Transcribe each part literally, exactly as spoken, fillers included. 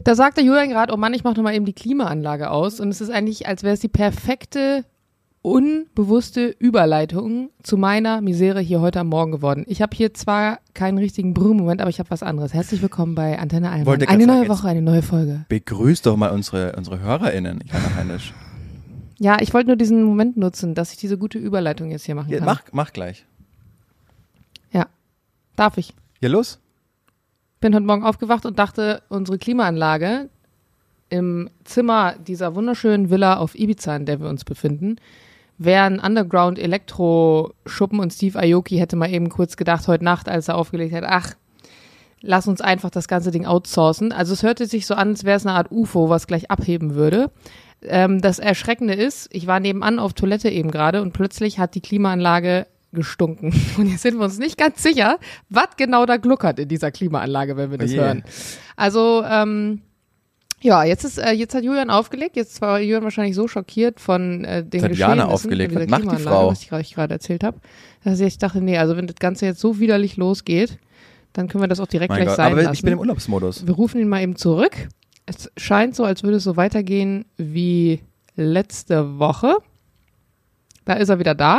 Da sagt der Julian gerade, oh Mann, ich mache nochmal eben die Klimaanlage aus. Und es ist eigentlich, als wäre es die perfekte, unbewusste Überleitung zu meiner Misere hier heute am Morgen geworden. Ich habe hier zwar keinen richtigen Brühmoment, aber ich habe was anderes. Herzlich willkommen bei Antenne Allmann. Eine neue Woche, eine neue Folge. Begrüß doch mal unsere, unsere HörerInnen, Jana Heinisch. Ja, ich wollte nur diesen Moment nutzen, dass ich diese gute Überleitung jetzt hier machen kann. Ja, mach, mach gleich. Ja, darf ich. Ja, los. Bin heute Morgen aufgewacht und dachte, unsere Klimaanlage im Zimmer dieser wunderschönen Villa auf Ibiza, in der wir uns befinden, wäre ein Underground-Elektro-Schuppen und Steve Aoki hätte mal eben kurz gedacht, heute Nacht, als er aufgelegt hat, ach, lass uns einfach das ganze Ding outsourcen. Also es hörte sich so an, als wäre es eine Art U F O, was gleich abheben würde. Ähm, das Erschreckende ist, ich war nebenan auf Toilette eben gerade und plötzlich hat die Klimaanlage gestunken. Und jetzt sind wir uns nicht ganz sicher, was genau da gluckert in dieser Klimaanlage, wenn wir das Oh yeah. hören. Also, ähm, ja, jetzt ist, äh, jetzt hat Julian aufgelegt. Jetzt war Julian wahrscheinlich so schockiert von äh, den Hat Geschehnissen Jana aufgelegt. in Was dieser macht die Klimaanlage, Frau? was ich gerade gerade erzählt habe, dass ich dachte, nee, also wenn das Ganze jetzt so widerlich losgeht, dann können wir das auch direkt Mein gleich Gott, sein aber lassen. ich bin im Urlaubsmodus. Wir rufen ihn mal eben zurück. Es scheint so, als würde es so weitergehen wie letzte Woche. Da ist er wieder da.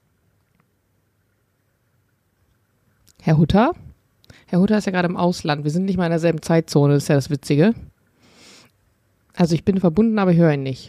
Herr Hutter. Herr Hutter ist ja gerade im Ausland. Wir sind nicht mal in derselben Zeitzone, das ist ja das Witzige. Also ich bin verbunden, aber ich höre ihn nicht.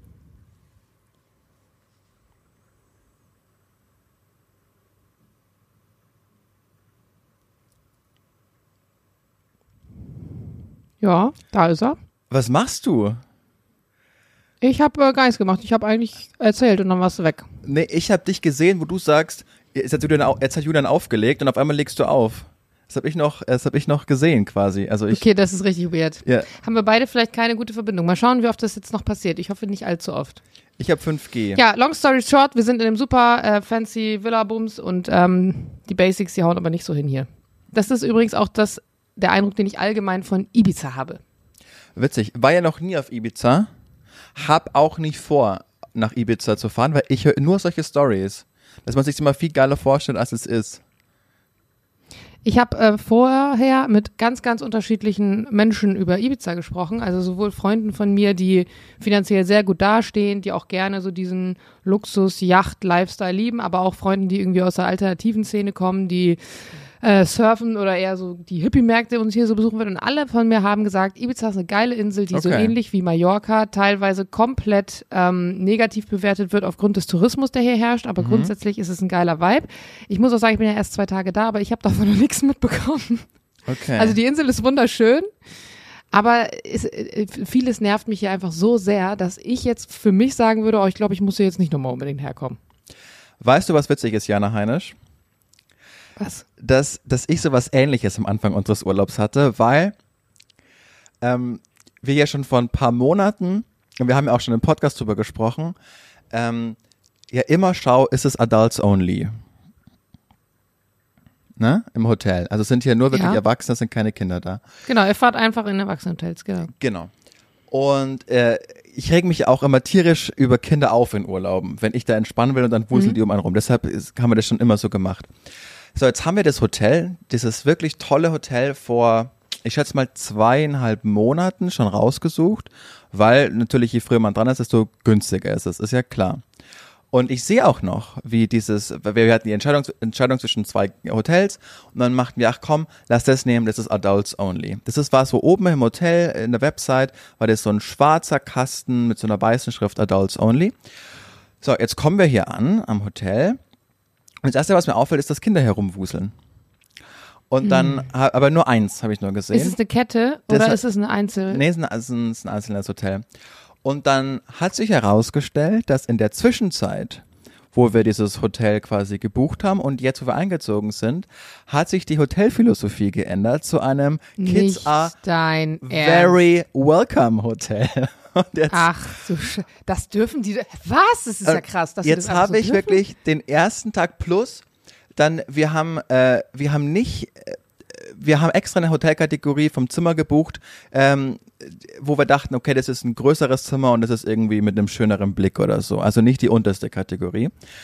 Ja, da ist er. Was machst du? Ich habe äh, gar nichts gemacht. Ich habe eigentlich erzählt und dann warst du weg. Nee, ich habe dich gesehen, wo du sagst, jetzt hat, Julian, au- jetzt hat Julian aufgelegt und auf einmal legst du auf. Das habe ich noch, das habe ich noch gesehen quasi. Also ich, Okay, das ist richtig weird. ja, Haben wir beide vielleicht keine gute Verbindung. Mal schauen, wie oft das jetzt noch passiert. Ich hoffe nicht allzu oft. ich habe fünf G. Ja, long story short, wir sind in einem super äh, fancy Villa-Bums und ähm, die Basics, die hauen aber nicht so hin hier. Das ist übrigens auch das, der Eindruck, den ich allgemein von Ibiza habe. Witzig. War ja noch nie auf Ibiza. Hab auch nicht vor, nach Ibiza zu fahren, weil ich höre nur solche Stories, dass man sich immer viel geiler vorstellt, als es ist. Ich habe äh, vorher mit ganz, ganz unterschiedlichen Menschen über Ibiza gesprochen, also sowohl Freunden von mir, die finanziell sehr gut dastehen, die auch gerne so diesen Luxus-Yacht-Lifestyle lieben, aber auch Freunden, die irgendwie aus der alternativen Szene kommen, die äh, surfen oder eher so die Hippie-Märkte uns hier so besuchen würden. Und alle von mir haben gesagt, Ibiza ist eine geile Insel, die so Okay. ähnlich wie Mallorca teilweise komplett ähm, negativ bewertet wird aufgrund des Tourismus, der hier herrscht, aber Mhm. grundsätzlich ist es ein geiler Vibe. Ich muss auch sagen, ich bin ja erst zwei Tage da, aber ich habe davon noch nichts mitbekommen. Okay. Also die Insel ist wunderschön, aber es, äh, vieles nervt mich hier einfach so sehr, dass ich jetzt für mich sagen würde, oh, ich glaube, ich muss hier jetzt nicht nochmal unbedingt herkommen. Weißt du, was witzig ist, Jana Heinisch? Was? Dass, dass ich sowas Ähnliches am Anfang unseres Urlaubs hatte, weil ähm, wir ja schon vor ein paar Monaten, und wir haben ja auch schon im Podcast drüber gesprochen, ähm, ja immer schau, ist es Adults Only. Ne? Im Hotel. Also es sind hier nur wirklich Ja. Erwachsene, es sind keine Kinder da. Genau, ihr fahrt einfach in Erwachsenenhotels, genau. Genau. Und äh, ich reg mich auch immer tierisch über Kinder auf in Urlauben, wenn ich da entspannen will und dann wuseln Mhm. die um einen rum. Deshalb ist, haben wir das schon immer so gemacht. So, jetzt haben wir das Hotel, dieses wirklich tolle Hotel vor, ich schätze mal zweieinhalb Monaten schon rausgesucht, weil natürlich je früher man dran ist, desto günstiger ist es, ist ja klar. Und ich sehe auch noch, wie dieses, wir hatten die Entscheidung, Entscheidung zwischen zwei Hotels und dann machten wir, ach komm, lass das nehmen, das ist Adults Only. Das ist, war so oben im Hotel, in der Website, war das so ein schwarzer Kasten mit so einer weißen Schrift Adults Only. So, jetzt kommen wir hier an, am Hotel. Und das Erste, was mir auffällt, ist, dass Kinder herumwuseln. Und dann, ha- aber nur eins habe ich nur gesehen. Ist es eine Kette Das oder hat- ist es eine Einzel? Nee, es ist ein, es ist ein, es ist ein einzelnes Hotel. Und dann hat sich herausgestellt, dass in der Zwischenzeit, wo wir dieses Hotel quasi gebucht haben und jetzt, wo wir eingezogen sind, hat sich die Hotelphilosophie geändert zu einem Kids Nicht are dein Ernst. very welcome Hotel. Und jetzt, Ach, so sch- das dürfen die. Was? Das ist ja äh, krass. Dass sie jetzt das einfach habe so ich dürfen? wirklich den ersten Tag plus, dann wir haben, äh, wir haben nicht, äh, wir haben extra eine Hotelkategorie vom Zimmer gebucht, ähm, wo wir dachten, okay, das ist ein größeres Zimmer und das ist irgendwie mit einem schöneren Blick oder so. Also nicht die unterste Kategorie.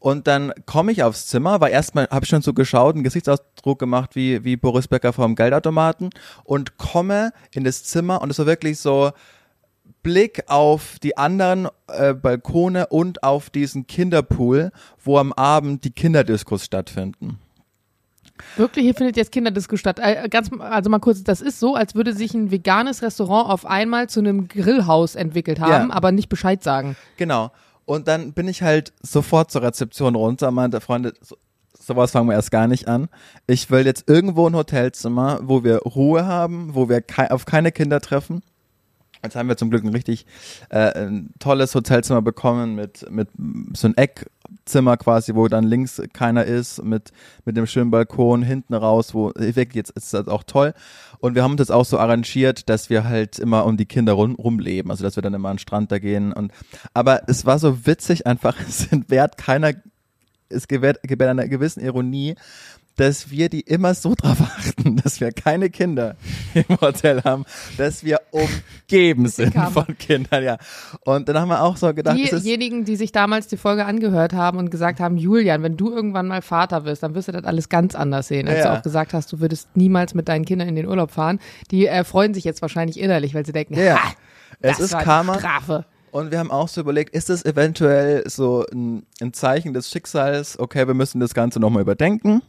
Und dann komme ich aufs Zimmer, weil erstmal habe ich schon so geschaut, einen Gesichtsausdruck gemacht wie, wie Boris Becker vor dem Geldautomaten und komme in das Zimmer und es war wirklich so Blick auf die anderen äh, Balkone und auf diesen Kinderpool, wo am Abend die Kinderdiskos stattfinden. Wirklich, hier findet jetzt Kinderdisco statt. Äh, ganz, also mal kurz, das ist so, als würde sich ein veganes Restaurant auf einmal zu einem Grillhaus entwickelt haben, ja. aber nicht Bescheid sagen. Genau. Und dann bin ich halt sofort zur Rezeption runter und meinte, Freunde, so, sowas fangen wir erst gar nicht an. Ich will jetzt irgendwo ein Hotelzimmer, wo wir Ruhe haben, wo wir kei- auf keine Kinder treffen. Jetzt haben wir zum Glück ein richtig äh, ein tolles Hotelzimmer bekommen mit, mit so ein Eckzimmer quasi, wo dann links keiner ist, mit, mit dem schönen Balkon hinten raus, wo wirklich jetzt ist das auch toll. Und wir haben uns das auch so arrangiert, dass wir halt immer um die Kinder rum, rumleben, also dass wir dann immer an den Strand da gehen. Und, aber es war so witzig einfach, es gewährt keiner, es gewährt, gewährt einer gewissen Ironie, dass wir die immer so drauf achten, dass wir keine Kinder im Hotel haben, dass wir umgeben sind von Kindern, ja. Und dann haben wir auch so gedacht, diejenigen, die sich damals die Folge angehört haben und gesagt haben, Julian, wenn du irgendwann mal Vater wirst, dann wirst du das alles ganz anders sehen, als ja. du auch gesagt hast, du würdest niemals mit deinen Kindern in den Urlaub fahren. Die äh, freuen sich jetzt wahrscheinlich innerlich, weil sie denken, ja. ha, es das ist war Karma. Strafe. Und wir haben auch so überlegt, ist es eventuell so ein, ein Zeichen des Schicksals, okay, wir müssen das Ganze nochmal überdenken.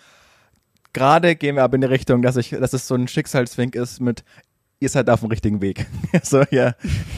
Gerade gehen wir aber in die Richtung, dass ich, dass es so ein Schicksalswink ist mit, ihr seid auf dem richtigen Weg. so, ja.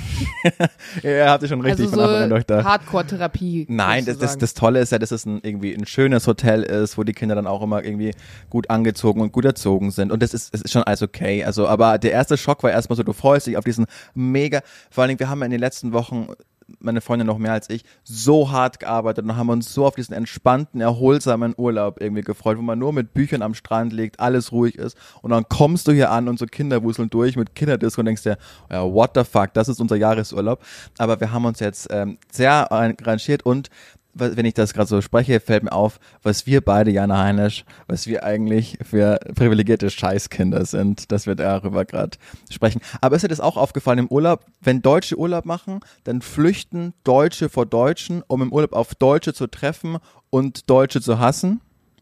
Ihr habt ihr schon richtig also von Anfang an durchdacht. Hardcore-Therapie. Nein, das, das, das Tolle ist ja, dass es ein, irgendwie ein schönes Hotel ist, wo die Kinder dann auch immer irgendwie gut angezogen und gut erzogen sind. Und das ist, das ist schon alles okay. Also, aber der erste Schock war erstmal so, du freust dich auf diesen mega, vor allen Dingen, wir haben ja in den letzten Wochen, meine Freundin noch mehr als ich, so hart gearbeitet und haben uns so auf diesen entspannten, erholsamen Urlaub irgendwie gefreut, wo man nur mit Büchern am Strand liegt, alles ruhig ist und dann kommst du hier an und so Kinder wuseln durch mit Kinderdisco und denkst dir, ja, what the fuck, das ist unser Jahresurlaub. Aber wir haben uns jetzt ähm, sehr arrangiert und wenn ich das gerade so spreche, fällt mir auf, was wir beide, Jana Heinisch, was wir eigentlich für privilegierte Scheißkinder sind, dass wir darüber gerade sprechen. Aber ist dir das auch aufgefallen im Urlaub? Wenn Deutsche Urlaub machen, dann flüchten Deutsche vor Deutschen, um im Urlaub auf Deutsche zu treffen und Deutsche zu hassen?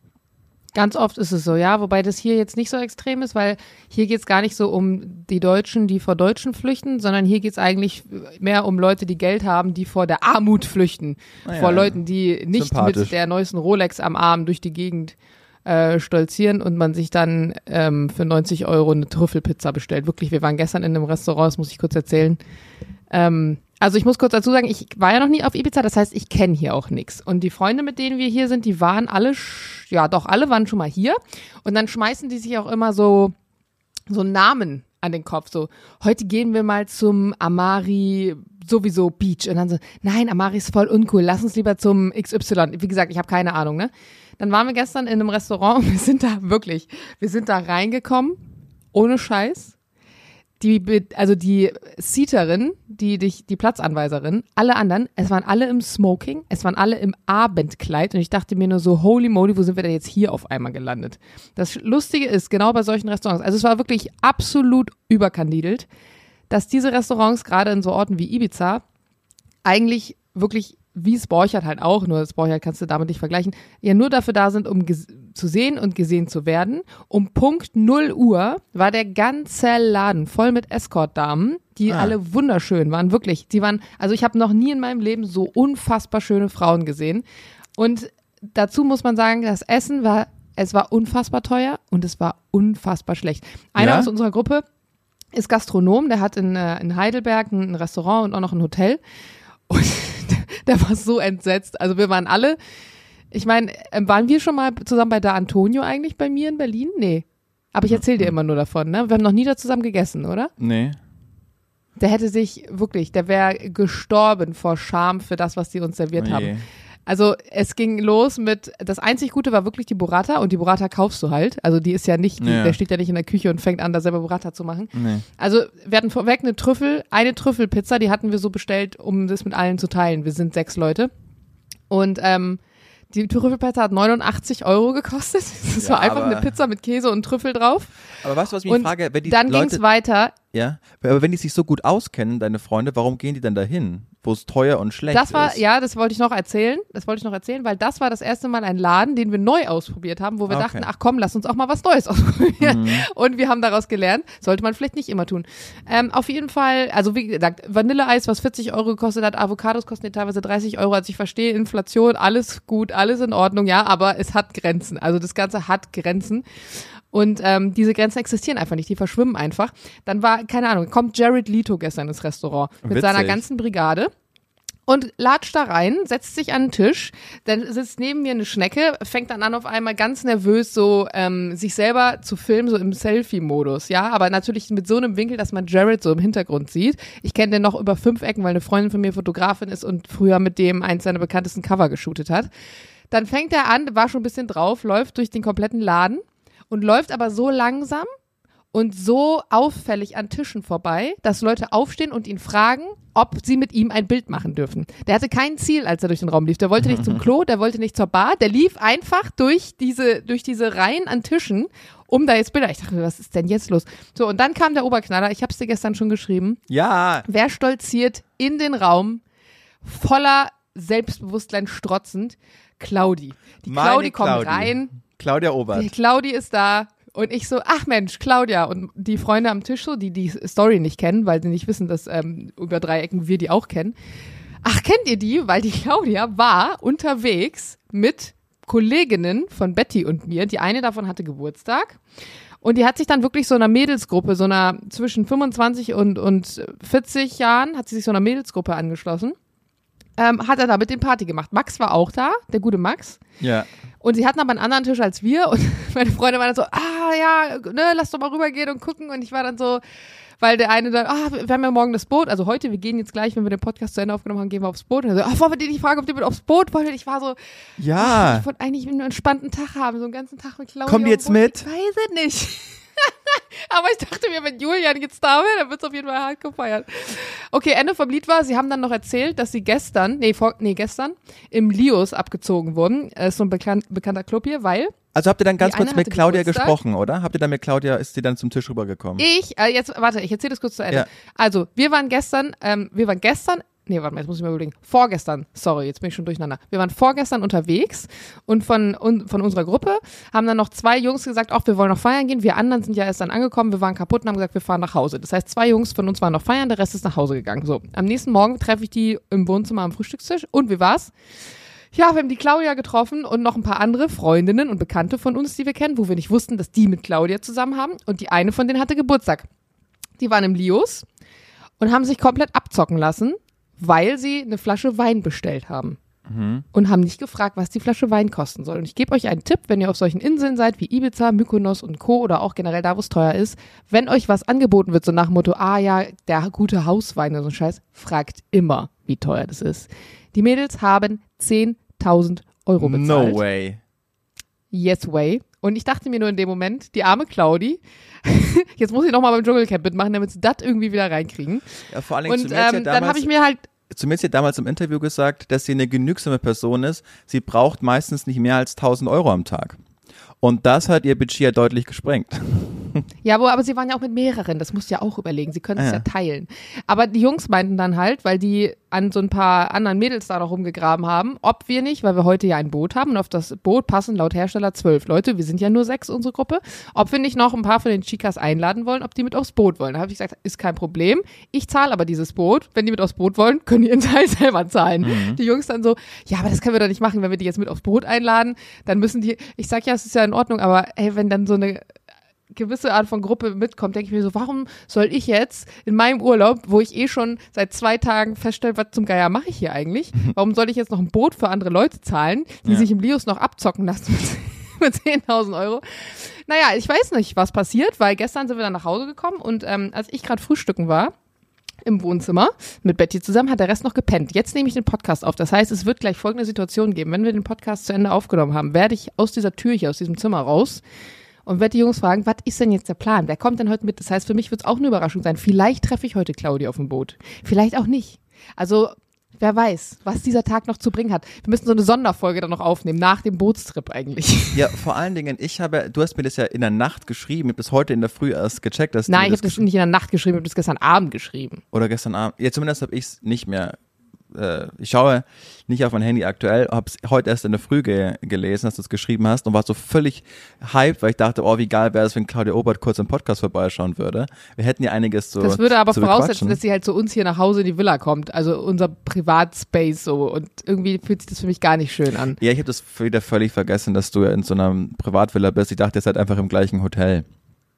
Ganz oft ist es so, ja, wobei das hier jetzt nicht so extrem ist, weil hier geht es gar nicht so um die Deutschen, die vor Deutschen flüchten, sondern hier geht es eigentlich mehr um Leute, die Geld haben, die vor der Armut flüchten. Naja, vor Leuten, die nicht mit der neuesten Rolex am Arm durch die Gegend äh, stolzieren und man sich dann ähm, für neunzig Euro eine Trüffelpizza bestellt. Wirklich, wir waren gestern in einem Restaurant, das muss ich kurz erzählen. Ähm, Also ich muss kurz dazu sagen, ich war ja noch nie auf Ibiza, das heißt, ich kenne hier auch nichts. Und die Freunde, mit denen wir hier sind, die waren alle, sch- ja doch, alle waren schon mal hier. Und dann schmeißen die sich auch immer so, so Namen an den Kopf. So, heute gehen wir mal zum Amari sowieso Beach. Und dann so, nein, Amari ist voll uncool, lass uns lieber zum X Y. Wie gesagt, ich habe keine Ahnung, ne? Dann waren wir gestern in einem Restaurant und wir sind da wirklich, wir sind da reingekommen, ohne Scheiß. Die, also die Seaterin, die, die, die Platzanweiserin, alle anderen, es waren alle im Smoking, es waren alle im Abendkleid und ich dachte mir nur so, holy moly, wo sind wir denn jetzt hier auf einmal gelandet? Das Lustige ist, genau bei solchen Restaurants, also es war wirklich absolut überkandidelt, dass diese Restaurants gerade in so Orten wie Ibiza eigentlich wirklich, wie Sborchert halt auch, nur Sborchert kannst du damit nicht vergleichen, ja nur dafür da sind, um ges- zu sehen und gesehen zu werden. Um Punkt null Uhr war der ganze Laden voll mit Escort-Damen, die ah. alle wunderschön waren, wirklich. Die waren, also ich habe noch nie in meinem Leben so unfassbar schöne Frauen gesehen. Und dazu muss man sagen, das Essen war, es war unfassbar teuer und es war unfassbar schlecht. Einer ja? aus unserer Gruppe ist Gastronom, der hat in, äh, in Heidelberg ein Restaurant und auch noch ein Hotel. Und der war so entsetzt. Also wir waren alle, ich meine, waren wir schon mal zusammen bei Da Antonio eigentlich bei mir in Berlin? Nee. Aber ich erzähle dir immer nur davon, ne? Wir haben noch nie da zusammen gegessen, oder? Nee. Der hätte sich wirklich, der wäre gestorben vor Scham für das, was die uns serviert oh haben. Also es ging los mit, das einzig Gute war wirklich die Burrata und die Burrata kaufst du halt. Also die ist ja nicht, die, ja. der steht ja nicht in der Küche und fängt an, da selber Burrata zu machen. Nee. Also wir hatten vorweg eine Trüffel, eine Trüffelpizza, die hatten wir so bestellt, um das mit allen zu teilen. Wir sind sechs Leute und ähm, die Trüffelpizza hat neunundachtzig Euro gekostet. Das ja, war einfach aber, eine Pizza mit Käse und Trüffel drauf. Aber weißt du, was ich mich frage? Wenn die dann Leute, ging's weiter. Ja, aber wenn die sich so gut auskennen, deine Freunde, warum gehen die dann dahin? wo es teuer und schlecht das war, ist. Ja, das wollte ich noch erzählen. Das wollte ich noch erzählen, weil das war das erste Mal ein Laden, den wir neu ausprobiert haben, wo wir Okay. dachten, ach komm, lass uns auch mal was Neues ausprobieren. Mhm. Und wir haben daraus gelernt, sollte man vielleicht nicht immer tun. Ähm, auf jeden Fall, also wie gesagt, Vanilleeis, was vierzig Euro gekostet hat, Avocados kosten ja teilweise dreißig Euro. Also ich verstehe Inflation, alles gut, alles in Ordnung, ja, aber es hat Grenzen. Also das Ganze hat Grenzen. Und ähm, diese Grenzen existieren einfach nicht, die verschwimmen einfach. Dann war, keine Ahnung, kommt Jared Leto gestern ins Restaurant mit Witzig. seiner ganzen Brigade und latscht da rein, setzt sich an den Tisch, dann sitzt neben mir eine Schnecke, fängt dann an auf einmal ganz nervös so ähm, sich selber zu filmen, so im Selfie-Modus, ja, aber natürlich mit so einem Winkel, dass man Jared so im Hintergrund sieht. Ich kenne den noch über fünf Ecken, weil eine Freundin von mir Fotografin ist und früher mit dem eins seiner bekanntesten Cover geshootet hat. Dann fängt er an, war schon ein bisschen drauf, läuft durch den kompletten Laden und läuft aber so langsam und so auffällig an Tischen vorbei, dass Leute aufstehen und ihn fragen, ob sie mit ihm ein Bild machen dürfen. Der hatte kein Ziel, als er durch den Raum lief. Der wollte nicht zum Klo, der wollte nicht zur Bar, der lief einfach durch diese, durch diese Reihen an Tischen, um da jetzt Bilder. Ich dachte, was ist denn jetzt los? So, und dann kam der Oberknaller, ich habe es dir gestern schon geschrieben. Ja. Wer stolziert in den Raum, voller Selbstbewusstsein strotzend? Claudi. Die Meine Claudi kommt Claudi. rein. Claudia Obert. Die Claudi ist da und ich so, ach Mensch, Claudia. Und die Freunde am Tisch so, die die Story nicht kennen, weil sie nicht wissen, dass ähm, über drei Ecken wir die auch kennen. Ach, kennt ihr die? Weil die Claudia war unterwegs mit Kolleginnen von Betty und mir. Die eine davon hatte Geburtstag. Und die hat sich dann wirklich so einer Mädelsgruppe, so einer zwischen fünfundzwanzig und, und vierzig Jahren, hat sie sich so einer Mädelsgruppe angeschlossen. Ähm, hat er da mit den Party gemacht. Max war auch da, der gute Max. Ja. Und sie hatten aber einen anderen Tisch als wir und meine Freunde waren dann so, ah ja, ne, lass doch mal rübergehen und gucken. Und ich war dann so, weil der eine dann, ah, wir haben ja morgen das Boot, also heute, wir gehen jetzt gleich, wenn wir den Podcast zu Ende aufgenommen haben, gehen wir aufs Boot. Und er so, ah, wollen wir die nicht fragen, ob die mit aufs Boot wollen? Ich war so, Ja. ach, ich wollte eigentlich einen entspannten Tag haben, so einen ganzen Tag mit Claudia. Kommen die jetzt auf dem Boot. mit? Ich weiß es nicht. Aber ich dachte mir, wenn Julian jetzt da wäre, dann wird es auf jeden Fall hart gefeiert. Okay, Ende vom Lied war, sie haben dann noch erzählt, dass sie gestern, nee, vor, nee gestern, im Lios abgezogen wurden. Das ist so ein bekan- bekannter Club hier, weil Also habt ihr dann ganz Die kurz eine mit hatte Claudia Geburtstag. gesprochen, oder? Habt ihr dann mit Claudia, ist sie dann zum Tisch rübergekommen? ich, äh, jetzt, warte, ich erzähle das kurz zu Ende. Ja. Also, wir waren gestern, ähm, wir waren gestern, nee, warte mal, jetzt muss ich mal überlegen, vorgestern, sorry, jetzt bin ich schon durcheinander. Wir waren vorgestern unterwegs und von, un, von unserer Gruppe haben dann noch zwei Jungs gesagt, auch wir wollen noch feiern gehen. Wir anderen sind ja erst dann angekommen, wir waren kaputt und haben gesagt, wir fahren nach Hause. Das heißt, zwei Jungs von uns waren noch feiern, der Rest ist nach Hause gegangen. So, am nächsten Morgen treffe ich die im Wohnzimmer am Frühstückstisch und wie war's? Ja, wir haben die Claudia getroffen und noch ein paar andere Freundinnen und Bekannte von uns, die wir kennen, wo wir nicht wussten, dass die mit Claudia zusammen haben. Und die eine von denen hatte Geburtstag. Die waren im Lios und haben sich komplett abzocken lassen, weil sie eine Flasche Wein bestellt haben. Mhm. Und haben nicht gefragt, was die Flasche Wein kosten soll. Und ich gebe euch einen Tipp, wenn ihr auf solchen Inseln seid, wie Ibiza, Mykonos und Co. oder auch generell da, wo es teuer ist, wenn euch was angeboten wird, so nach dem Motto, ah ja, der gute Hauswein oder so ein Scheiß, fragt immer, wie teuer das ist. Die Mädels haben zehntausend Euro bezahlt. No way. Yes way. Und ich dachte mir nur in dem Moment, die arme Claudi, jetzt muss ich nochmal beim Dschungelcamp mitmachen, damit sie das irgendwie wieder reinkriegen. Ja, vor allen Dingen Und zu mir hat sie ähm, ja dann habe damals, ich mir halt, zu mir hat sie damals im Interview gesagt, dass sie eine genügsame Person ist. Sie braucht meistens nicht mehr als tausend Euro am Tag. Und das hat ihr Budget ja deutlich gesprengt. ja, wo, aber sie waren ja auch mit mehreren, das musst du ja auch überlegen, sie können es Ah, ja. ja teilen. Aber die Jungs meinten dann halt, weil die an so ein paar anderen Mädels da noch rumgegraben haben, ob wir nicht, weil wir heute ja ein Boot haben und auf das Boot passen laut Hersteller zwölf Leute, wir sind ja nur sechs, unsere Gruppe, ob wir nicht noch ein paar von den Chicas einladen wollen, ob die mit aufs Boot wollen. Da habe ich gesagt, ist kein Problem, ich zahle aber dieses Boot, wenn die mit aufs Boot wollen, können die ihren Teil selber zahlen. Mhm. Die Jungs dann so, ja, aber das können wir doch nicht machen, wenn wir die jetzt mit aufs Boot einladen, dann müssen die, ich sag ja, es ist ja in Ordnung, aber ey, wenn dann so eine gewisse Art von Gruppe mitkommt, denke ich mir so, warum soll ich jetzt in meinem Urlaub, wo ich eh schon seit zwei Tagen feststelle, was zum Geier mache ich hier eigentlich, warum soll ich jetzt noch ein Boot für andere Leute zahlen, die Ja. sich im Lios noch abzocken lassen mit zehntausend Euro? Naja, ich weiß nicht, was passiert, weil gestern sind wir dann nach Hause gekommen und ähm, als ich gerade frühstücken war, im Wohnzimmer mit Betty zusammen, hat der Rest noch gepennt. Jetzt nehme ich den Podcast auf. Das heißt, es wird gleich folgende Situation geben. Wenn wir den Podcast zu Ende aufgenommen haben, werde ich aus dieser Tür hier, aus diesem Zimmer raus und werde die Jungs fragen, was ist denn jetzt der Plan? Wer kommt denn heute mit? Das heißt, für mich wird es auch eine Überraschung sein. Vielleicht treffe ich heute Claudia auf dem Boot. Vielleicht auch nicht. Also, wer weiß, was dieser Tag noch zu bringen hat. Wir müssen so eine Sonderfolge dann noch aufnehmen, nach dem Bootstrip eigentlich. Ja, vor allen Dingen, ich habe, du hast mir das ja in der Nacht geschrieben, ich habe das heute in der Früh erst gecheckt, dass Nein, du ich habe das gesch- nicht in der Nacht geschrieben, ich habe das gestern Abend geschrieben. Oder gestern Abend. Ja, zumindest habe ich es nicht mehr äh, ich schaue nicht auf mein Handy aktuell, habe es heute erst in der Früh ge- gelesen, dass du es geschrieben hast und war so völlig hyped, weil ich dachte, oh, wie geil wäre es, wenn Claudia Obert kurz im Podcast vorbeischauen würde. Wir hätten ja einiges zu Das würde aber zu voraussetzen, dass sie halt zu uns hier nach Hause in die Villa kommt, also unser Privatspace so und irgendwie fühlt sich das für mich gar nicht schön an. Ja, ich habe das wieder völlig vergessen, dass du ja in so einer Privatvilla bist. Ich dachte, ihr seid einfach im gleichen Hotel.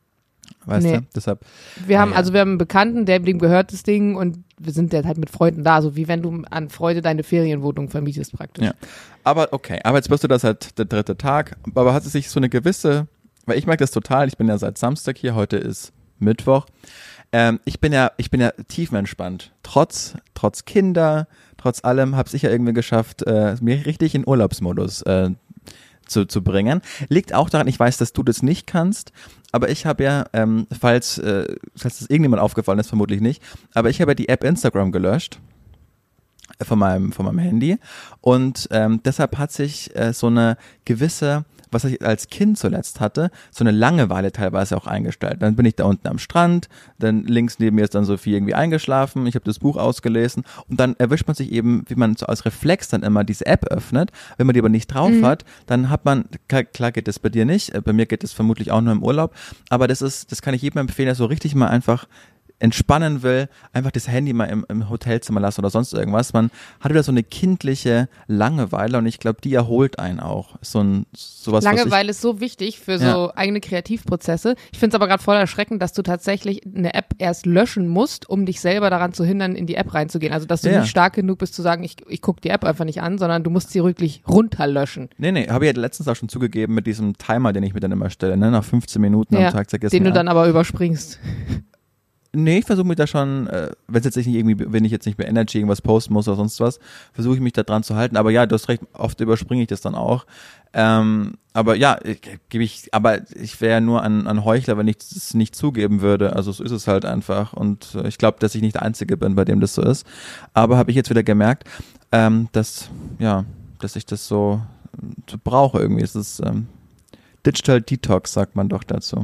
Weißt Nee. du? Deshalb. Wir haben, ja. also wir haben einen Bekannten, der, dem gehört das Ding und wir sind jetzt halt mit Freunden da, so wie wenn du an Freude deine Ferienwohnung vermietest praktisch. Ja. Aber okay, aber jetzt bist du das seit der dritte Tag. Aber hat es sich so eine gewisse, weil ich merke das total, ich bin ja seit Samstag hier, heute ist Mittwoch. Ähm, ich bin ja, ich bin ja tiefenentspannt. Trotz, trotz Kinder, trotz allem habe ich ja irgendwie geschafft, äh, mir richtig in Urlaubsmodus äh, zu, zu bringen. Liegt auch daran, ich weiß, dass du das nicht kannst, aber ich habe ja, ähm, falls, äh, falls das irgendjemand aufgefallen ist, vermutlich nicht, aber ich habe ja die App Instagram gelöscht äh, von meinem, von meinem Handy und ähm, deshalb hat sich äh, so eine gewisse, was ich als Kind zuletzt hatte, so eine Langeweile teilweise auch eingestellt. Dann bin ich da unten am Strand, dann links neben mir ist dann Sophie irgendwie eingeschlafen, ich habe das Buch ausgelesen und dann erwischt man sich eben, wie man so als Reflex dann immer diese App öffnet. Wenn man die aber nicht drauf mhm. hat, dann hat man, klar, klar geht das bei dir nicht, bei mir geht das vermutlich auch nur im Urlaub, aber das ist, das kann ich jedem empfehlen, der so richtig mal einfach entspannen will, einfach das Handy mal im, im Hotelzimmer lassen oder sonst irgendwas. Man hat wieder so eine kindliche Langeweile und ich glaube, die erholt einen auch. So ein, sowas, Langeweile ist so wichtig für so ja. eigene Kreativprozesse. Ich finde es aber gerade voll erschreckend, dass du tatsächlich eine App erst löschen musst, um dich selber daran zu hindern, in die App reinzugehen. Also, dass du ja. nicht stark genug bist zu sagen, ich, ich gucke die App einfach nicht an, sondern du musst sie wirklich runterlöschen. Nee, nee, habe ich ja letztens auch schon zugegeben mit diesem Timer, den ich mir dann immer stelle, ne? Nach fünfzehn Minuten ja, am Tag. Sag, den du an. dann aber überspringst. Nee, ich versuche mich da schon, äh, wenn jetzt nicht irgendwie, wenn ich jetzt nicht mehr Energy irgendwas posten muss oder sonst was, versuche ich mich da dran zu halten. Aber ja, du hast recht, oft überspringe ich das dann auch. Ähm, aber ja, gebe ich, aber ich wäre nur ein, ein Heuchler, wenn ich das nicht zugeben würde. Also so ist es halt einfach. Und äh, ich glaube, dass ich nicht der Einzige bin, bei dem das so ist. Aber habe ich jetzt wieder gemerkt, ähm, dass, ja, dass ich das so, so brauche irgendwie. Es ist ähm, Digital Detox, sagt man doch dazu.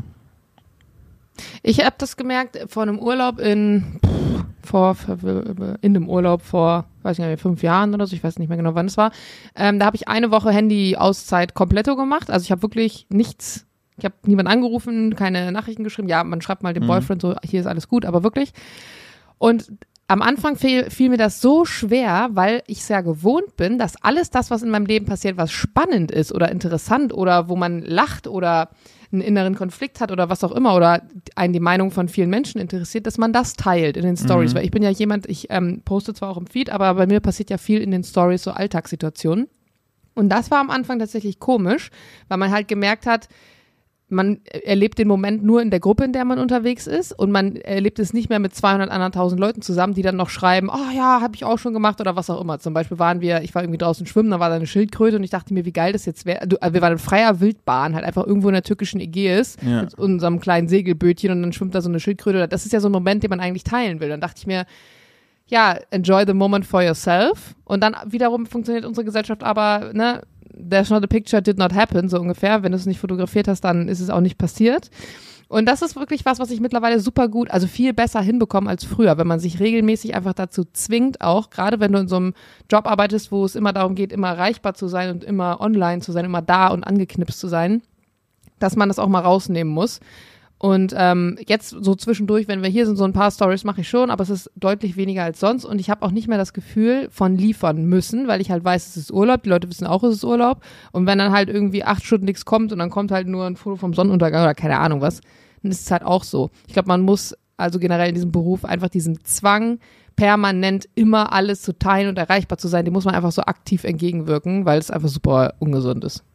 Ich habe das gemerkt vor einem Urlaub in vor in dem Urlaub vor, weiß ich nicht, fünf Jahren oder so, ich weiß nicht mehr genau, wann es war. Ähm, da habe ich eine Woche Handy-Auszeit kompletto gemacht. Also ich habe wirklich nichts, ich habe niemanden angerufen, keine Nachrichten geschrieben. Ja, man schreibt mal dem mhm. Boyfriend so, hier ist alles gut, aber wirklich. Und am Anfang fiel, fiel mir das so schwer, weil ich es ja gewohnt bin, dass alles das, was in meinem Leben passiert, was spannend ist oder interessant oder wo man lacht oder einen inneren Konflikt hat oder was auch immer oder einen die Meinung von vielen Menschen interessiert, dass man das teilt in den Stories. Mhm. Weil ich bin ja jemand, ich ähm, poste zwar auch im Feed, aber bei mir passiert ja viel in den Stories, so Alltagssituationen. Und das war am Anfang tatsächlich komisch, weil man halt gemerkt hat, man erlebt den Moment nur in der Gruppe, in der man unterwegs ist und man erlebt es nicht mehr mit zweihundert anderen tausend Leuten zusammen, die dann noch schreiben, oh ja, habe ich auch schon gemacht oder was auch immer. Zum Beispiel waren wir, ich war irgendwie draußen schwimmen, da war da eine Schildkröte und ich dachte mir, wie geil das jetzt wäre. Wir waren in freier Wildbahn, halt einfach irgendwo in der türkischen Ägäis ja. mit unserem kleinen Segelbötchen und dann schwimmt da so eine Schildkröte. Das ist ja so ein Moment, den man eigentlich teilen will. Dann dachte ich mir, ja, enjoy the moment for yourself. Und dann wiederum funktioniert unsere Gesellschaft aber, ne, there's not a picture, did not happen, so ungefähr. Wenn du es nicht fotografiert hast, dann ist es auch nicht passiert. Und das ist wirklich was, was ich mittlerweile super gut, also viel besser hinbekomme als früher, wenn man sich regelmäßig einfach dazu zwingt, auch gerade wenn du in so einem Job arbeitest, wo es immer darum geht, immer erreichbar zu sein und immer online zu sein, immer da und angeknipst zu sein, dass man das auch mal rausnehmen muss. Und ähm, jetzt so zwischendurch, wenn wir hier sind, so ein paar Stories mache ich schon, aber es ist deutlich weniger als sonst und ich habe auch nicht mehr das Gefühl von liefern müssen, weil ich halt weiß, es ist Urlaub, die Leute wissen auch, es ist Urlaub und wenn dann halt irgendwie acht Stunden nichts kommt und dann kommt halt nur ein Foto vom Sonnenuntergang oder keine Ahnung was, dann ist es halt auch so. Ich glaube, man muss also generell in diesem Beruf einfach diesen Zwang, permanent immer alles zu teilen und erreichbar zu sein, dem muss man einfach so aktiv entgegenwirken, weil es einfach super ungesund ist.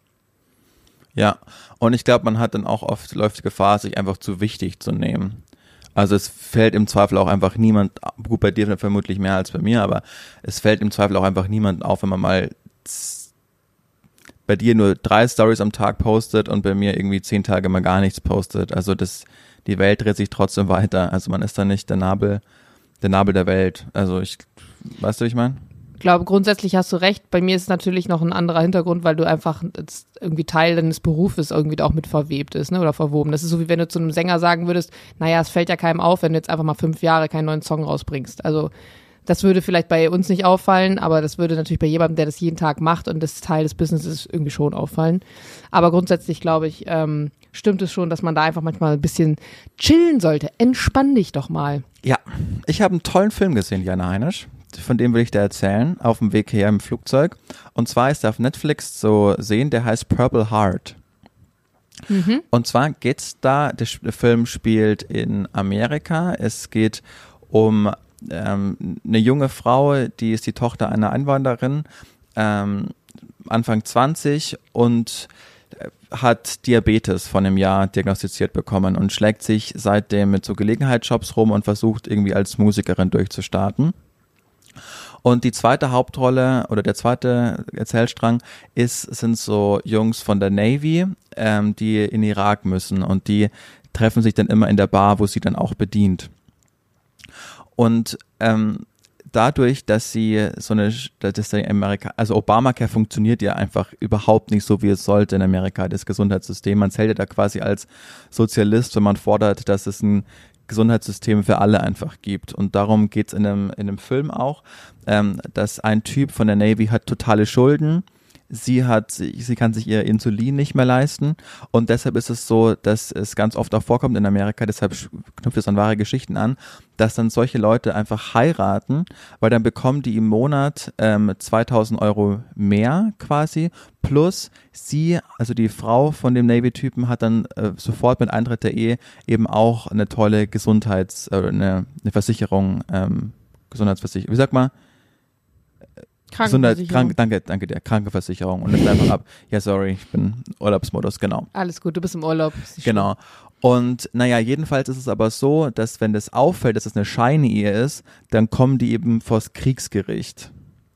Ja, und ich glaube, man hat dann auch oft, läuft die Gefahr, sich einfach zu wichtig zu nehmen. Also es fällt im Zweifel auch einfach niemand, gut bei dir vermutlich mehr als bei mir, aber es fällt im Zweifel auch einfach niemand auf, wenn man mal z- bei dir nur drei Stories am Tag postet und bei mir irgendwie zehn Tage mal gar nichts postet. Also das, die Welt dreht sich trotzdem weiter. Also man ist da nicht der Nabel, der Nabel der Welt. Also ich, weißt du, wie ich meine? Ich glaube, grundsätzlich hast du recht. Bei mir ist es natürlich noch ein anderer Hintergrund, weil du einfach irgendwie Teil deines Berufes irgendwie auch mit verwebt ist, ne, oder verwoben. Das ist so, wie wenn du zu einem Sänger sagen würdest, naja, es fällt ja keinem auf, wenn du jetzt einfach mal fünf Jahre keinen neuen Song rausbringst. Also Das würde vielleicht bei uns nicht auffallen, aber das würde natürlich bei jemandem, der das jeden Tag macht und das Teil des Businesses ist, irgendwie schon auffallen. Aber grundsätzlich, glaube ich, ähm, stimmt es schon, dass man da einfach manchmal ein bisschen chillen sollte. Entspann dich doch mal. Ja, ich habe einen tollen Film gesehen, Jana Heinisch. Von dem will ich dir erzählen, auf dem Weg her im Flugzeug. Und zwar ist er auf Netflix zu sehen, der heißt Purple Heart. Mhm. Und zwar geht's da, der Film spielt in Amerika. Es geht um ähm, eine junge Frau, die ist die Tochter einer Einwanderin, ähm, Anfang zwanzig und hat Diabetes vor einem Jahr diagnostiziert bekommen und schlägt sich seitdem mit so Gelegenheitsjobs rum und versucht irgendwie als Musikerin durchzustarten. Und die zweite Hauptrolle oder der zweite Erzählstrang ist, sind so Jungs von der Navy, ähm, die in Irak müssen und die treffen sich dann immer in der Bar, wo sie dann auch bedient. Und ähm, dadurch, dass sie so eine, dass der Amerika, also Obamacare funktioniert ja einfach überhaupt nicht so, wie es sollte in Amerika, das Gesundheitssystem. Man zählt ja da quasi als Sozialist, wenn man fordert, dass es ein Gesundheitssystem für alle einfach gibt. Und darum geht's in einem, in einem Film auch, ähm, dass ein Typ von der Navy hat totale Schulden. Sie hat, sie kann sich ihr Insulin nicht mehr leisten und deshalb ist es so, dass es ganz oft auch vorkommt in Amerika, deshalb knüpft es an wahre Geschichten an, dass dann solche Leute einfach heiraten, weil dann bekommen die im Monat ähm, zweitausend Euro mehr quasi, plus sie, also die Frau von dem Navy-Typen hat dann äh, sofort mit Eintritt der Ehe eben auch eine tolle Gesundheits-, äh, eine, eine Versicherung, ähm, Gesundheitsversicherung, wie sagt man? Gesundheit, krank, danke, danke der Krankenversicherung und ist einfach ab. Ja, sorry, ich bin Urlaubsmodus, genau. Alles gut, du bist im Urlaub. Genau. Und naja, jedenfalls ist es aber so, dass wenn das auffällt, dass es eine Scheine-Ehe ist, dann kommen die eben vors Kriegsgericht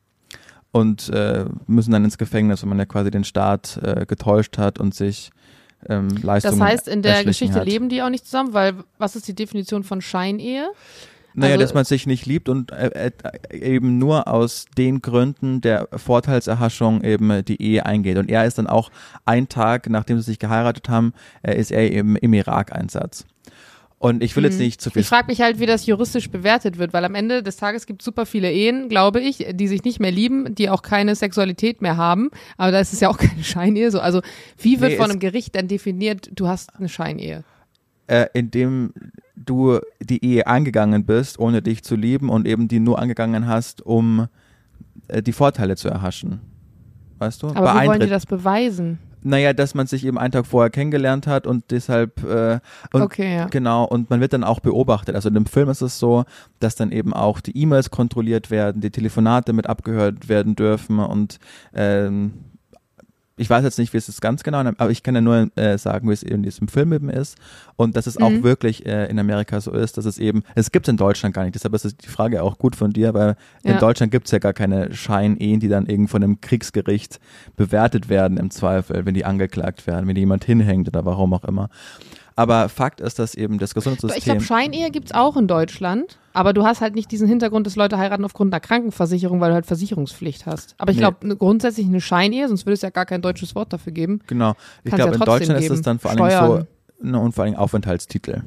und äh, müssen dann ins Gefängnis, wenn man ja quasi den Staat äh, getäuscht hat und sich ähm, Leistungen Das heißt, in der Geschichte hat. leben die auch nicht zusammen, weil was ist die Definition von Scheinehe? Naja, also, dass man sich nicht liebt und äh, äh, eben nur aus den Gründen der Vorteilserhaschung eben die Ehe eingeht. Und er ist dann auch einen Tag, nachdem sie sich geheiratet haben, äh, ist er eben im Irak-Einsatz. Und ich will jetzt nicht zu viel... Ich frage mich halt, wie das juristisch bewertet wird, weil am Ende des Tages gibt es super viele Ehen, glaube ich, die sich nicht mehr lieben, die auch keine Sexualität mehr haben. Aber da ist es ja auch keine Scheinehe. So. Also wie wird nee, von einem Gericht dann definiert, du hast eine Scheinehe? Äh, indem du die Ehe eingegangen bist, ohne dich zu lieben und eben die nur angegangen hast, um äh, die Vorteile zu erhaschen. Weißt du? Aber Bei wie wollen die das beweisen? Naja, dass man sich eben einen Tag vorher kennengelernt hat und deshalb äh, und okay, ja. genau, und man wird dann auch beobachtet. Also in dem Film ist es so, dass dann eben auch die E-Mails kontrolliert werden, die Telefonate mit abgehört werden dürfen und ähm, ich weiß jetzt nicht, wie es ist ganz genau, aber ich kann ja nur äh, sagen, wie es in diesem Film eben ist und dass es mhm. auch wirklich äh, in Amerika so ist, dass es eben, es gibt es in Deutschland gar nicht, deshalb ist die Frage auch gut von dir, weil ja. in Deutschland gibt es ja gar keine Scheinehen, die dann irgend von einem Kriegsgericht bewertet werden im Zweifel, wenn die angeklagt werden, wenn die jemand hinhängt oder warum auch immer. Aber Fakt ist, dass eben das Gesundheitssystem... Ich glaube, Scheinehe gibt es auch in Deutschland, aber du hast halt nicht diesen Hintergrund, dass Leute heiraten aufgrund einer Krankenversicherung, weil du halt Versicherungspflicht hast. Aber ich nee. glaube, grundsätzlich eine Scheinehe, sonst würde es ja gar kein deutsches Wort dafür geben. Genau. Ich glaube, ja in Deutschland geben. Ist es dann vor allem Steuern. so, ne, und vor allem Aufenthaltstitel.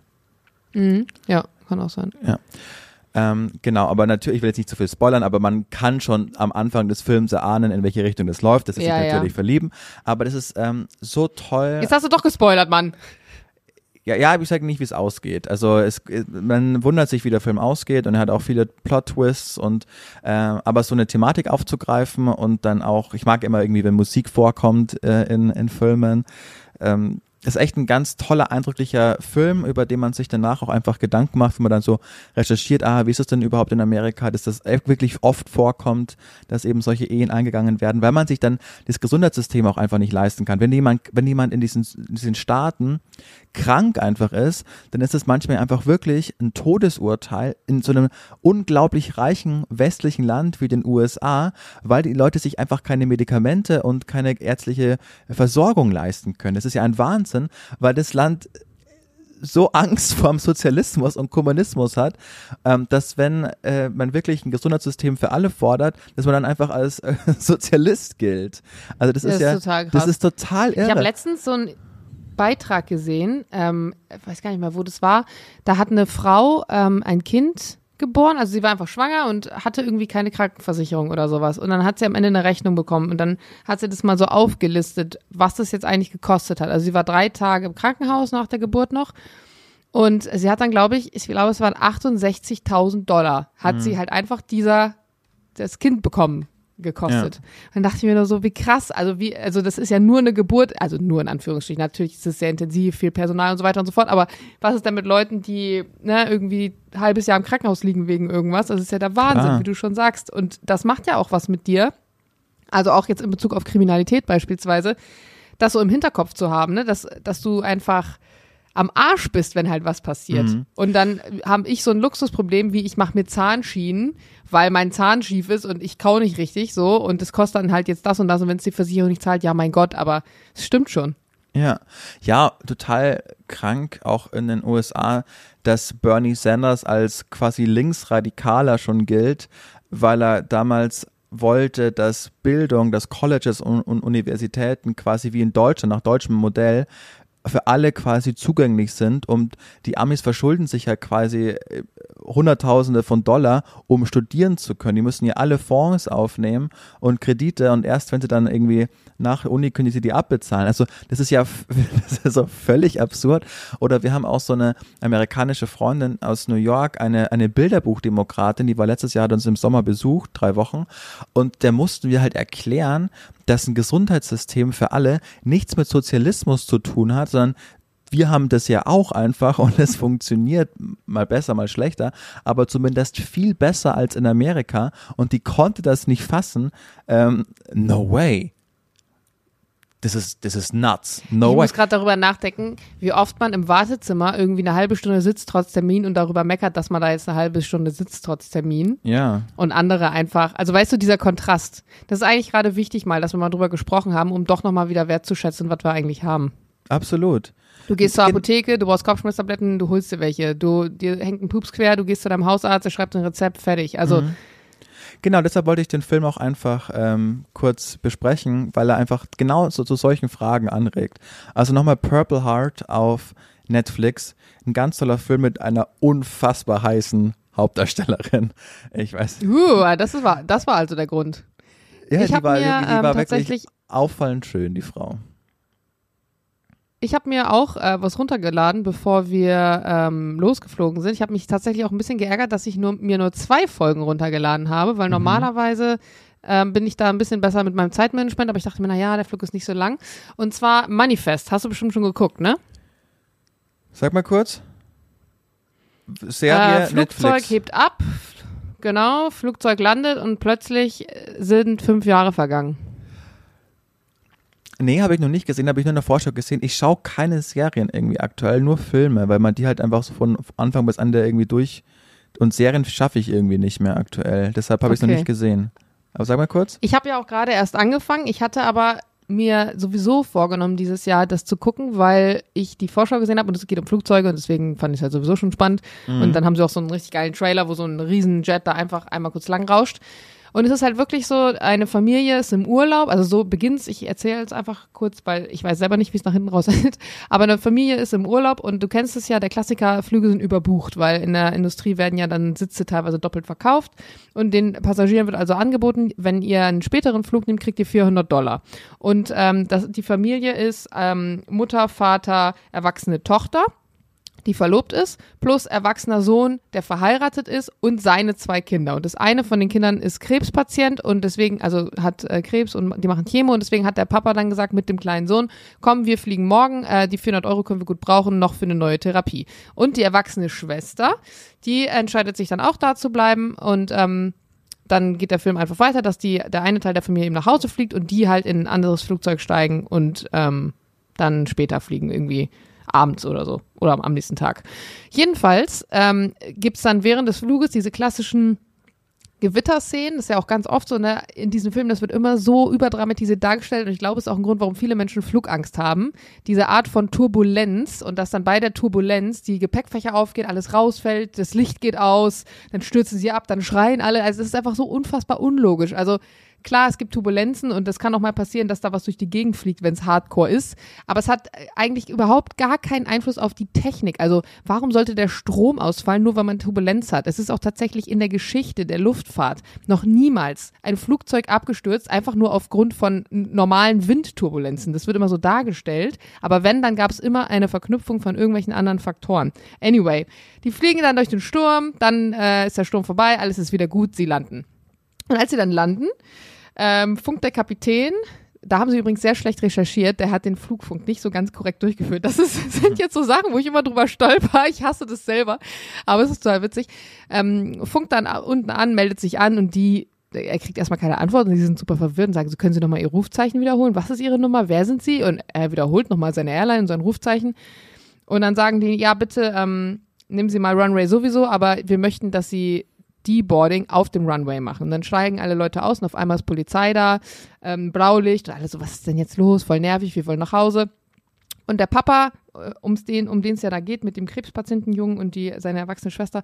Mhm. Ja, kann auch sein. Ja. Ähm, genau, aber natürlich, ich will jetzt nicht zu viel spoilern, aber man kann schon am Anfang des Films erahnen, in welche Richtung das läuft, dass sie ja, sich natürlich ja. verlieben. Aber das ist ähm, so toll. Jetzt hast du doch gespoilert, Mann. Ja, ja, ich sage nicht, wie es ausgeht. Also es, man wundert sich, wie der Film ausgeht und er hat auch viele Plot-Twists und äh, aber so eine Thematik aufzugreifen und dann auch, ich mag immer irgendwie, wenn Musik vorkommt äh, in, in Filmen. Ähm, ist echt ein ganz toller, eindrücklicher Film, über den man sich danach auch einfach Gedanken macht, wenn man dann so recherchiert, ah, wie ist es denn überhaupt in Amerika, dass das wirklich oft vorkommt, dass eben solche Ehen eingegangen werden, weil man sich dann das Gesundheitssystem auch einfach nicht leisten kann. Wenn jemand, wenn jemand in diesen, in diesen Staaten krank einfach ist, dann ist es manchmal einfach wirklich ein Todesurteil in so einem unglaublich reichen westlichen Land wie den U S A, weil die Leute sich einfach keine Medikamente und keine ärztliche Versorgung leisten können. Das ist ja ein Wahnsinn, weil das Land so Angst vor dem Sozialismus und Kommunismus hat, ähm, dass wenn äh, man wirklich ein Gesundheitssystem für alle fordert, dass man dann einfach als äh, Sozialist gilt. Also das, das ist, ist ja, total krass. Das ist total irre. Ich habe letztens so ein Beitrag gesehen, ähm, ich weiß gar nicht mehr, wo das war, da hat eine Frau ähm, ein Kind geboren, also sie war einfach schwanger und hatte irgendwie keine Krankenversicherung oder sowas. Und dann hat sie am Ende eine Rechnung bekommen und dann hat sie das mal so aufgelistet, was das jetzt eigentlich gekostet hat. Also sie war drei Tage im Krankenhaus nach der Geburt noch und sie hat dann, glaube ich, ich glaube, es waren achtundsechzigtausend Dollar, hat mhm. sie halt einfach dieser, das Kind bekommen. gekostet. Ja. Dann dachte ich mir nur so, wie krass, also wie, also das ist ja nur eine Geburt, also nur in Anführungsstrichen, natürlich ist es sehr intensiv, viel Personal und so weiter und so fort, aber was ist denn mit Leuten, die ne, irgendwie ein halbes Jahr im Krankenhaus liegen wegen irgendwas? Das ist ja der Wahnsinn, Klar. wie du schon sagst. Und das macht ja auch was mit dir, also auch jetzt in Bezug auf Kriminalität beispielsweise, das so im Hinterkopf zu haben, ne, dass, dass du einfach am Arsch bist, wenn halt was passiert. Mhm. Und dann habe ich so ein Luxusproblem, wie ich mache mir Zahnschienen, weil mein Zahn schief ist und ich kau nicht richtig so und es kostet dann halt jetzt das und das und wenn es die Versicherung nicht zahlt, ja mein Gott, aber es stimmt schon. Ja, ja, total krank, auch in den U S A, dass Bernie Sanders als quasi Linksradikaler schon gilt, weil er damals wollte, dass Bildung, dass Colleges und, und Universitäten quasi wie in Deutschland, nach deutschem Modell, für alle quasi zugänglich sind und die Amis verschulden sich ja quasi Hunderttausende von Dollar, um studieren zu können. Die müssen ja alle Fonds aufnehmen und Kredite und erst wenn sie dann irgendwie nach der Uni können sie die abbezahlen. Also das ist ja das ist so völlig absurd. Oder wir haben auch so eine amerikanische Freundin aus New York, eine, eine Bilderbuchdemokratin, die war letztes Jahr, hat uns im Sommer besucht, drei Wochen und der mussten wir halt erklären, dass ein Gesundheitssystem für alle nichts mit Sozialismus zu tun hat, sondern wir haben das ja auch einfach und es funktioniert mal besser, mal schlechter, aber zumindest viel besser als in Amerika und die konnte das nicht fassen. Ähm, no way. Das ist, das ist nuts. No ich way. muss gerade darüber nachdenken, wie oft man im Wartezimmer irgendwie eine halbe Stunde sitzt trotz Termin und darüber meckert, dass man da jetzt eine halbe Stunde sitzt trotz Termin. Ja. Und andere einfach, also weißt du, dieser Kontrast, das ist eigentlich gerade wichtig mal, dass wir mal drüber gesprochen haben, um doch nochmal wieder wertzuschätzen, was wir eigentlich haben. Absolut. Du gehst zur Apotheke, du brauchst Kopfschmerztabletten, du holst dir welche. Du, dir hängt ein Pups quer, du gehst zu deinem Hausarzt, der schreibt ein Rezept, fertig. Also mhm. Genau, deshalb wollte ich den Film auch einfach ähm, kurz besprechen, weil er einfach genau so, zu solchen Fragen anregt. Also nochmal Purple Heart auf Netflix, ein ganz toller Film mit einer unfassbar heißen Hauptdarstellerin. Ich weiß. Uh, das war, das war also der Grund. Ja, ich die war, mir, die ähm, war tatsächlich wirklich auffallend schön, die Frau. Ich habe mir auch äh, was runtergeladen, bevor wir ähm, losgeflogen sind. Ich habe mich tatsächlich auch ein bisschen geärgert, dass ich nur, mir nur zwei Folgen runtergeladen habe, weil mhm. normalerweise ähm, bin ich da ein bisschen besser mit meinem Zeitmanagement, aber ich dachte mir, naja, der Flug ist nicht so lang. Und zwar Manifest, hast du bestimmt schon geguckt, ne? Sag mal kurz. Serie, äh, Flugzeug Netflix. hebt ab, genau, Flugzeug landet und plötzlich sind fünf Jahre vergangen. Nee, habe ich noch nicht gesehen, habe ich nur in der Vorschau gesehen. Ich schaue keine Serien irgendwie aktuell, nur Filme, weil man die halt einfach so von Anfang bis Ende irgendwie durch und Serien schaffe ich irgendwie nicht mehr aktuell. Deshalb habe ich es okay. noch nicht gesehen. Aber sag mal kurz. Ich habe ja auch gerade erst angefangen. Ich hatte aber mir sowieso vorgenommen, dieses Jahr das zu gucken, weil ich die Vorschau gesehen habe und es geht um Flugzeuge und deswegen fand ich es halt sowieso schon spannend. Mhm. Und dann haben sie auch so einen richtig geilen Trailer, wo so ein riesen Jet da einfach einmal kurz lang rauscht. Und es ist halt wirklich so, eine Familie ist im Urlaub, also so beginnt's, ich erzähle jetzt einfach kurz, weil ich weiß selber nicht, wie es nach hinten raus ist, aber eine Familie ist im Urlaub und du kennst es ja, der Klassiker, Flüge sind überbucht, weil in der Industrie werden ja dann Sitze teilweise doppelt verkauft und den Passagieren wird also angeboten, wenn ihr einen späteren Flug nehmt, kriegt ihr vierhundert Dollar. Und ähm, das, die Familie ist ähm, Mutter, Vater, erwachsene Tochter, die verlobt ist, plus erwachsener Sohn, der verheiratet ist und seine zwei Kinder. Und das eine von den Kindern ist Krebspatient und deswegen, also hat äh, Krebs und die machen Chemo und deswegen hat der Papa dann gesagt mit dem kleinen Sohn, komm, wir fliegen morgen, äh, die vierhundert Euro können wir gut brauchen, noch für eine neue Therapie. Und die erwachsene Schwester, die entscheidet sich dann auch da zu bleiben und ähm, dann geht der Film einfach weiter, dass die der eine Teil der Familie eben nach Hause fliegt und die halt in ein anderes Flugzeug steigen und ähm, dann später fliegen irgendwie abends oder so oder am nächsten Tag. Jedenfalls ähm, gibt es dann während des Fluges diese klassischen Gewitterszenen, das ist ja auch ganz oft so, ne, in diesem Film, das wird immer so überdramatisiert dargestellt und ich glaube, es ist auch ein Grund, warum viele Menschen Flugangst haben. Diese Art von Turbulenz und dass dann bei der Turbulenz die Gepäckfächer aufgehen, alles rausfällt, das Licht geht aus, dann stürzen sie ab, dann schreien alle, also es ist einfach so unfassbar unlogisch. Also klar, es gibt Turbulenzen und es kann auch mal passieren, dass da was durch die Gegend fliegt, wenn es Hardcore ist. Aber es hat eigentlich überhaupt gar keinen Einfluss auf die Technik. Also warum sollte der Strom ausfallen, nur weil man Turbulenz hat? Es ist auch tatsächlich in der Geschichte der Luftfahrt noch niemals ein Flugzeug abgestürzt, einfach nur aufgrund von normalen Windturbulenzen. Das wird immer so dargestellt. Aber wenn, dann gab es immer eine Verknüpfung von irgendwelchen anderen Faktoren. Anyway, die fliegen dann durch den Sturm, dann äh, ist der Sturm vorbei, alles ist wieder gut, sie landen. Und als sie dann landen, ähm, funkt der Kapitän, da haben sie übrigens sehr schlecht recherchiert, der hat den Flugfunk nicht so ganz korrekt durchgeführt. Das ist, sind jetzt so Sachen, wo ich immer drüber stolper, ich hasse das selber, aber es ist total witzig. Ähm, funkt dann unten an, meldet sich an und die, er kriegt erstmal keine Antwort und die sind super verwirrt und sagen, so können Sie nochmal Ihr Rufzeichen wiederholen, was ist Ihre Nummer, wer sind Sie? Und er wiederholt nochmal seine Airline und sein Rufzeichen und dann sagen die, ja bitte, ähm, nehmen Sie mal Runway sowieso, aber wir möchten, dass Sie Deboarding auf dem Runway machen. Und dann steigen alle Leute aus und auf einmal ist Polizei da, ähm, Blaulicht und alle so, was ist denn jetzt los? Voll nervig, wir wollen nach Hause. Und der Papa, äh, um's den, um den es ja da geht, mit dem Krebspatientenjungen und die, seine erwachsene Schwester,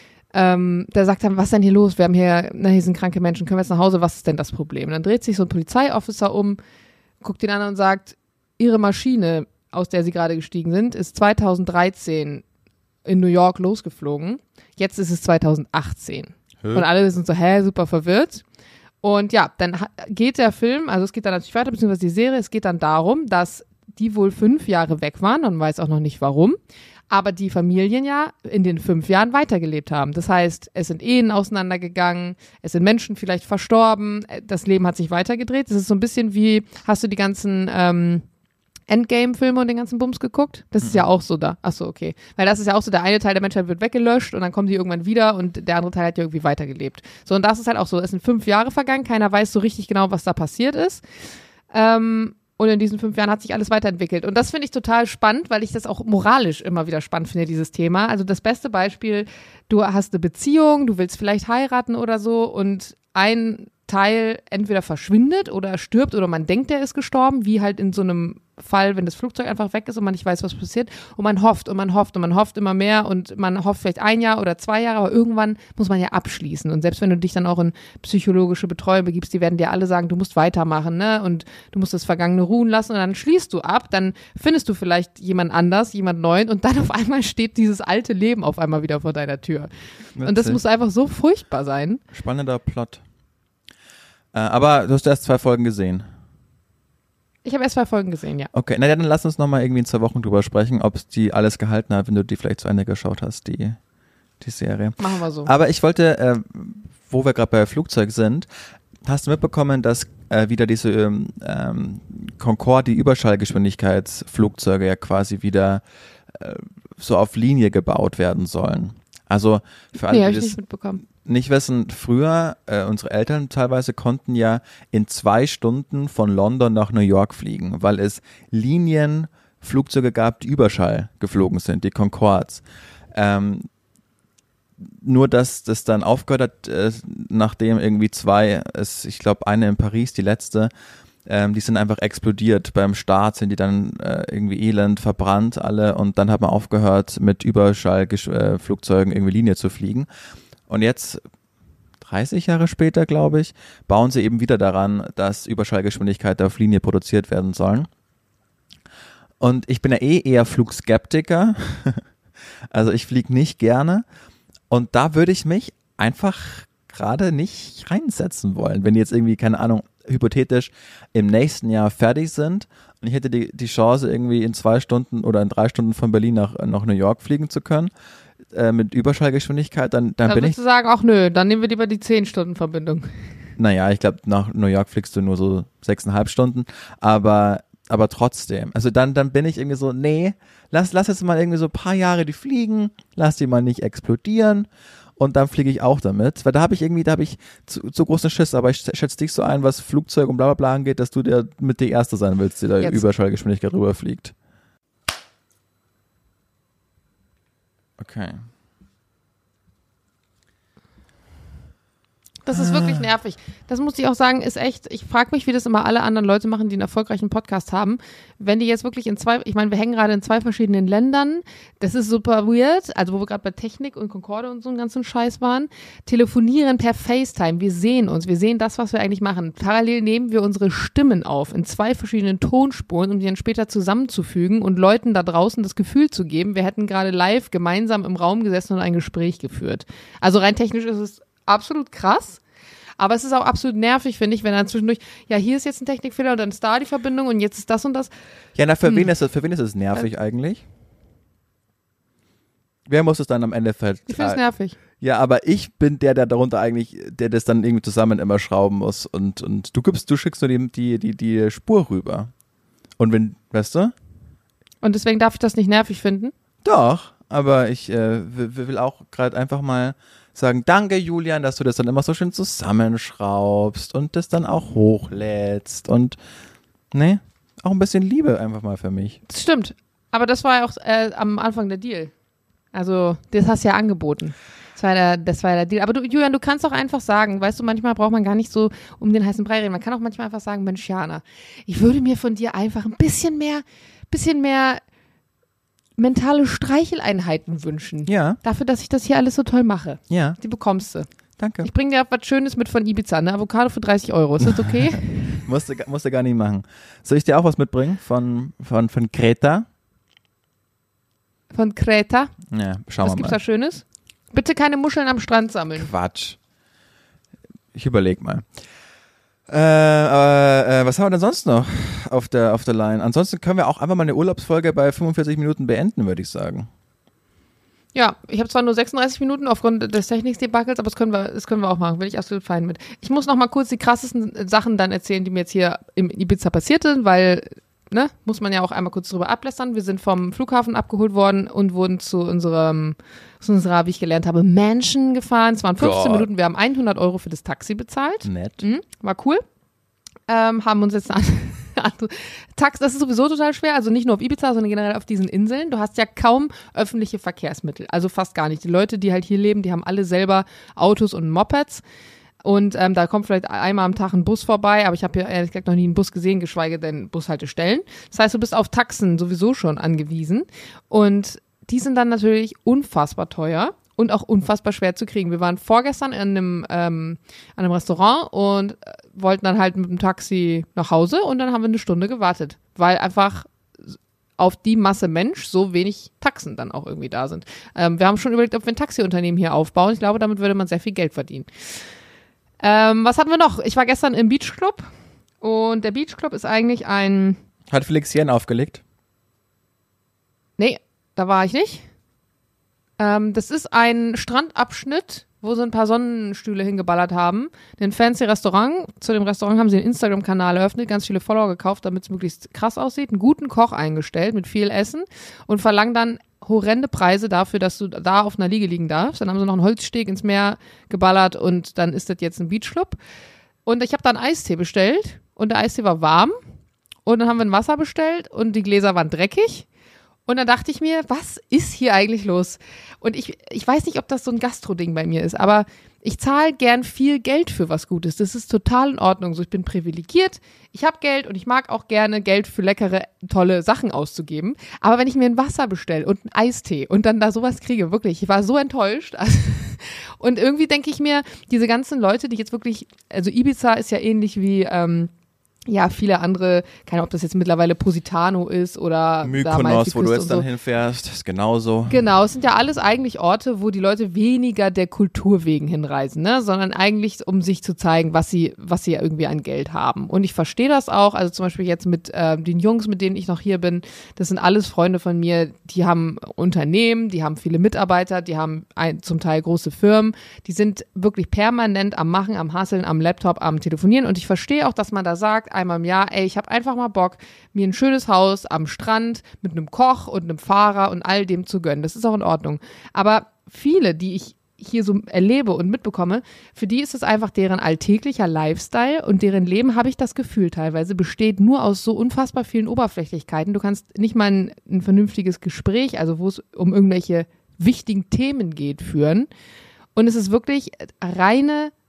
ähm, der sagt dann, was ist denn hier los? Wir haben hier, na, hier sind kranke Menschen, können wir jetzt nach Hause? Was ist denn das Problem? Und dann dreht sich so ein Polizeiofficer um, guckt ihn an und sagt, Ihre Maschine, aus der Sie gerade gestiegen sind, ist zweitausenddreizehn in New York losgeflogen. Jetzt ist es zweitausendachtzehn. Hä? Und alle sind so, hä, super verwirrt. Und ja, dann geht der Film, also es geht dann natürlich weiter, beziehungsweise die Serie, es geht dann darum, dass die wohl fünf Jahre weg waren, man weiß auch noch nicht warum, aber die Familien ja in den fünf Jahren weitergelebt haben. Das heißt, es sind Ehen auseinandergegangen, es sind Menschen vielleicht verstorben, das Leben hat sich weitergedreht. Das ist so ein bisschen wie, hast du die ganzen ähm, Endgame-Filme und den ganzen Bums geguckt? Das ist mhm. ja auch so da. Achso, okay. Weil das ist ja auch so, der eine Teil der Menschheit wird weggelöscht und dann kommen die irgendwann wieder und der andere Teil hat ja irgendwie weitergelebt. So, und das ist halt auch so. Es sind fünf Jahre vergangen, keiner weiß so richtig genau, was da passiert ist. Ähm, und in diesen fünf Jahren hat sich alles weiterentwickelt. Und das finde ich total spannend, weil ich das auch moralisch immer wieder spannend finde, dieses Thema. Also das beste Beispiel, du hast eine Beziehung, du willst vielleicht heiraten oder so und ein Teil entweder verschwindet oder stirbt oder man denkt, der ist gestorben, wie halt in so einem Fall, wenn das Flugzeug einfach weg ist und man nicht weiß, was passiert und man hofft und man hofft und man hofft immer mehr und man hofft vielleicht ein Jahr oder zwei Jahre, aber irgendwann muss man ja abschließen und selbst wenn du dich dann auch in psychologische Betreuung begibst, die werden dir alle sagen, du musst weitermachen, ne, und du musst das Vergangene ruhen lassen und dann schließt du ab, dann findest du vielleicht jemand anders, jemand Neuen und dann auf einmal steht dieses alte Leben auf einmal wieder vor deiner Tür. Witzig. Und das muss einfach so furchtbar sein. Spannender Plot. Äh, aber du hast erst zwei Folgen gesehen. Ich habe erst zwei Folgen gesehen, ja. Okay, na ja, dann lass uns nochmal irgendwie in zwei Wochen drüber sprechen, ob es die alles gehalten hat, wenn du die vielleicht zu Ende geschaut hast, die, die Serie. Machen wir so. Aber ich wollte, äh, wo wir gerade bei Flugzeug sind, hast du mitbekommen, dass äh, wieder diese ähm, Concorde, die Überschallgeschwindigkeitsflugzeuge ja quasi wieder äh, so auf Linie gebaut werden sollen? Also für alle, nee, hab die ich das nicht mitbekommen. Nicht wissen, früher, äh, unsere Eltern teilweise konnten ja in zwei Stunden von London nach New York fliegen, weil es Linienflugzeuge gab, die Überschall geflogen sind, die Concordes. Ähm, nur, dass das dann aufgehört hat, äh, nachdem irgendwie zwei, es, ich glaube eine in Paris, die letzte, ähm, die sind einfach explodiert. Beim Start sind die dann äh, irgendwie elend verbrannt alle und dann hat man aufgehört, mit Überschallflugzeugen irgendwie Linie zu fliegen. Und jetzt, dreißig Jahre später, glaube ich, bauen sie eben wieder daran, dass Überschallgeschwindigkeiten auf Linie produziert werden sollen. Und ich bin ja eh eher Flugskeptiker. Also ich fliege nicht gerne. Und da würde ich mich einfach gerade nicht reinsetzen wollen. Wenn die jetzt irgendwie, keine Ahnung, hypothetisch im nächsten Jahr fertig sind und ich hätte die, die Chance, irgendwie in zwei Stunden oder in drei Stunden von Berlin nach, nach New York fliegen zu können, mit Überschallgeschwindigkeit, dann, dann da bin ich... Da würdest du sagen, ach nö, dann nehmen wir lieber die zehn Stunden Verbindung. Naja, ich glaube, nach New York fliegst du nur so sechseinhalb Stunden, aber, aber trotzdem. Also dann, dann bin ich irgendwie so, nee, lass, lass jetzt mal irgendwie so ein paar Jahre die fliegen, lass die mal nicht explodieren und dann fliege ich auch damit. Weil da habe ich irgendwie, da habe ich zu, zu großen Schiss, aber ich schätze dich so ein, was Flugzeug und bla bla bla angeht, dass du der mit der Erste sein willst, die da jetzt Überschallgeschwindigkeit rüberfliegt. Okay. Das ist wirklich nervig. Das muss ich auch sagen, ist echt, ich frage mich, wie das immer alle anderen Leute machen, die einen erfolgreichen Podcast haben. Wenn die jetzt wirklich in zwei, ich meine, wir hängen gerade in zwei verschiedenen Ländern, das ist super weird, also wo wir gerade bei Technik und Concorde und so einen ganzen Scheiß waren, telefonieren per FaceTime, wir sehen uns, wir sehen das, was wir eigentlich machen. Parallel nehmen wir unsere Stimmen auf in zwei verschiedenen Tonspuren, um die dann später zusammenzufügen und Leuten da draußen das Gefühl zu geben, wir hätten gerade live gemeinsam im Raum gesessen und ein Gespräch geführt. Also rein technisch ist es absolut krass, aber es ist auch absolut nervig, finde ich, wenn dann zwischendurch, ja, hier ist jetzt ein Technikfehler und dann ist da die Verbindung und jetzt ist das und das. Ja, na, für, hm. wen, ist das, für wen ist es nervig äh, eigentlich? Wer muss es dann am Ende ver- Ich finde es nervig. Ja, aber ich bin der, der darunter eigentlich, der das dann irgendwie zusammen immer schrauben muss und, und du gibst, du schickst nur die, die, die, die Spur rüber. Und wenn, weißt du? Und deswegen darf ich das nicht nervig finden? Doch, aber ich äh, will, will auch gerade einfach mal sagen, danke Julian, dass du das dann immer so schön zusammenschraubst und das dann auch hochlädst und ne, auch ein bisschen Liebe einfach mal für mich. Das stimmt, aber das war ja auch äh, am Anfang der Deal. Also, das hast du ja angeboten. Das war der, das war der Deal. Aber du, Julian, du kannst auch einfach sagen, weißt du, manchmal braucht man gar nicht so um den heißen Brei reden. Man kann auch manchmal einfach sagen, Mensch, Jana, ich würde mir von dir einfach ein bisschen mehr, bisschen mehr mentale Streicheleinheiten wünschen. Ja. Dafür, dass ich das hier alles so toll mache. Ja. Die bekommst du. Danke. Ich bringe dir auch was Schönes mit von Ibiza, eine Avocado für dreißig Euro. Ist das okay? musst, du, musst du gar nicht machen. Soll ich dir auch was mitbringen von, von, von Kreta? Von Kreta? Ja, schauen was wir gibt's mal. da Schönes? Bitte keine Muscheln am Strand sammeln. Quatsch. Ich überleg mal. Äh, aber äh, was haben wir denn sonst noch auf der, auf der Line? Ansonsten können wir auch einfach mal eine Urlaubsfolge bei fünfundvierzig Minuten beenden, würde ich sagen. Ja, ich habe zwar nur sechsunddreißig Minuten aufgrund des Technikdebakels, aber das können wir, das können wir auch machen, bin ich absolut fein mit. Ich muss noch mal kurz die krassesten Sachen dann erzählen, die mir jetzt hier im Ibiza passiert sind, weil, ne, muss man ja auch einmal kurz drüber ablästern. Wir sind vom Flughafen abgeholt worden und wurden zu unserem, zu unserer, wie ich gelernt habe, Mansion gefahren. Es waren fünfzehn God. Minuten, wir haben hundert Euro für das Taxi bezahlt. Nett. Mhm, war cool. Ähm, haben uns jetzt eine andere Tax, das ist sowieso total schwer, also nicht nur auf Ibiza, sondern generell auf diesen Inseln. Du hast ja kaum öffentliche Verkehrsmittel, also fast gar nicht. Die Leute, die halt hier leben, die haben alle selber Autos und Mopeds und ähm, da kommt vielleicht einmal am Tag ein Bus vorbei, aber ich habe hier ehrlich gesagt noch nie einen Bus gesehen, geschweige denn Bushaltestellen. Das heißt, du bist auf Taxen sowieso schon angewiesen und die sind dann natürlich unfassbar teuer. Und auch unfassbar schwer zu kriegen. Wir waren vorgestern in einem, ähm, an einem Restaurant und äh, wollten dann halt mit dem Taxi nach Hause und dann haben wir eine Stunde gewartet, weil einfach auf die Masse Mensch so wenig Taxen dann auch irgendwie da sind. Ähm, wir haben schon überlegt, ob wir ein Taxiunternehmen hier aufbauen. Ich glaube, damit würde man sehr viel Geld verdienen. Ähm, was hatten wir noch? Ich war gestern im Beachclub und der Beachclub ist eigentlich ein... Hat Felix Jen aufgelegt? Nee, da war ich nicht. Ähm, das ist ein Strandabschnitt, wo sie ein paar Sonnenstühle hingeballert haben. Den fancy Restaurant. Zu dem Restaurant haben sie einen Instagram-Kanal eröffnet, ganz viele Follower gekauft, damit es möglichst krass aussieht. Einen guten Koch eingestellt mit viel Essen und verlangen dann horrende Preise dafür, dass du da auf einer Liege liegen darfst. Dann haben sie noch einen Holzsteg ins Meer geballert und dann ist das jetzt ein Beachclub. Und ich habe da einen Eistee bestellt und der Eistee war warm. Und dann haben wir ein Wasser bestellt und die Gläser waren dreckig. Und dann dachte ich mir, was ist hier eigentlich los? Und ich, ich weiß nicht, ob das so ein Gastro-Ding bei mir ist, aber ich zahle gern viel Geld für was Gutes. Das ist total in Ordnung. So, ich bin privilegiert, ich habe Geld und ich mag auch gerne Geld für leckere, tolle Sachen auszugeben. Aber wenn ich mir ein Wasser bestelle und einen Eistee und dann da sowas kriege, wirklich, ich war so enttäuscht. Und irgendwie denke ich mir, diese ganzen Leute, die jetzt wirklich, also Ibiza ist ja ähnlich wie... Ähm, ja, viele andere, keine Ahnung, ob das jetzt mittlerweile Positano ist oder Mykonos, wo du jetzt dann so hinfährst, ist genauso. Genau, es sind ja alles eigentlich Orte, wo die Leute weniger der Kultur wegen hinreisen, ne, sondern eigentlich, um sich zu zeigen, was sie, was sie ja irgendwie an Geld haben. Und ich verstehe das auch, also zum Beispiel jetzt mit äh, den Jungs, mit denen ich noch hier bin, das sind alles Freunde von mir, die haben Unternehmen, die haben viele Mitarbeiter, die haben ein, zum Teil große Firmen, die sind wirklich permanent am Machen, am Hasseln, am Laptop, am Telefonieren und ich verstehe auch, dass man da sagt, einmal im Jahr, ey, ich habe einfach mal Bock, mir ein schönes Haus am Strand mit einem Koch und einem Fahrer und all dem zu gönnen. Das ist auch in Ordnung. Aber viele, die ich hier so erlebe und mitbekomme, für die ist es einfach deren alltäglicher Lifestyle und deren Leben, habe ich das Gefühl teilweise, besteht nur aus so unfassbar vielen Oberflächlichkeiten. Du kannst nicht mal ein, ein vernünftiges Gespräch, also wo es um irgendwelche wichtigen Themen geht, führen. Und es ist wirklich reine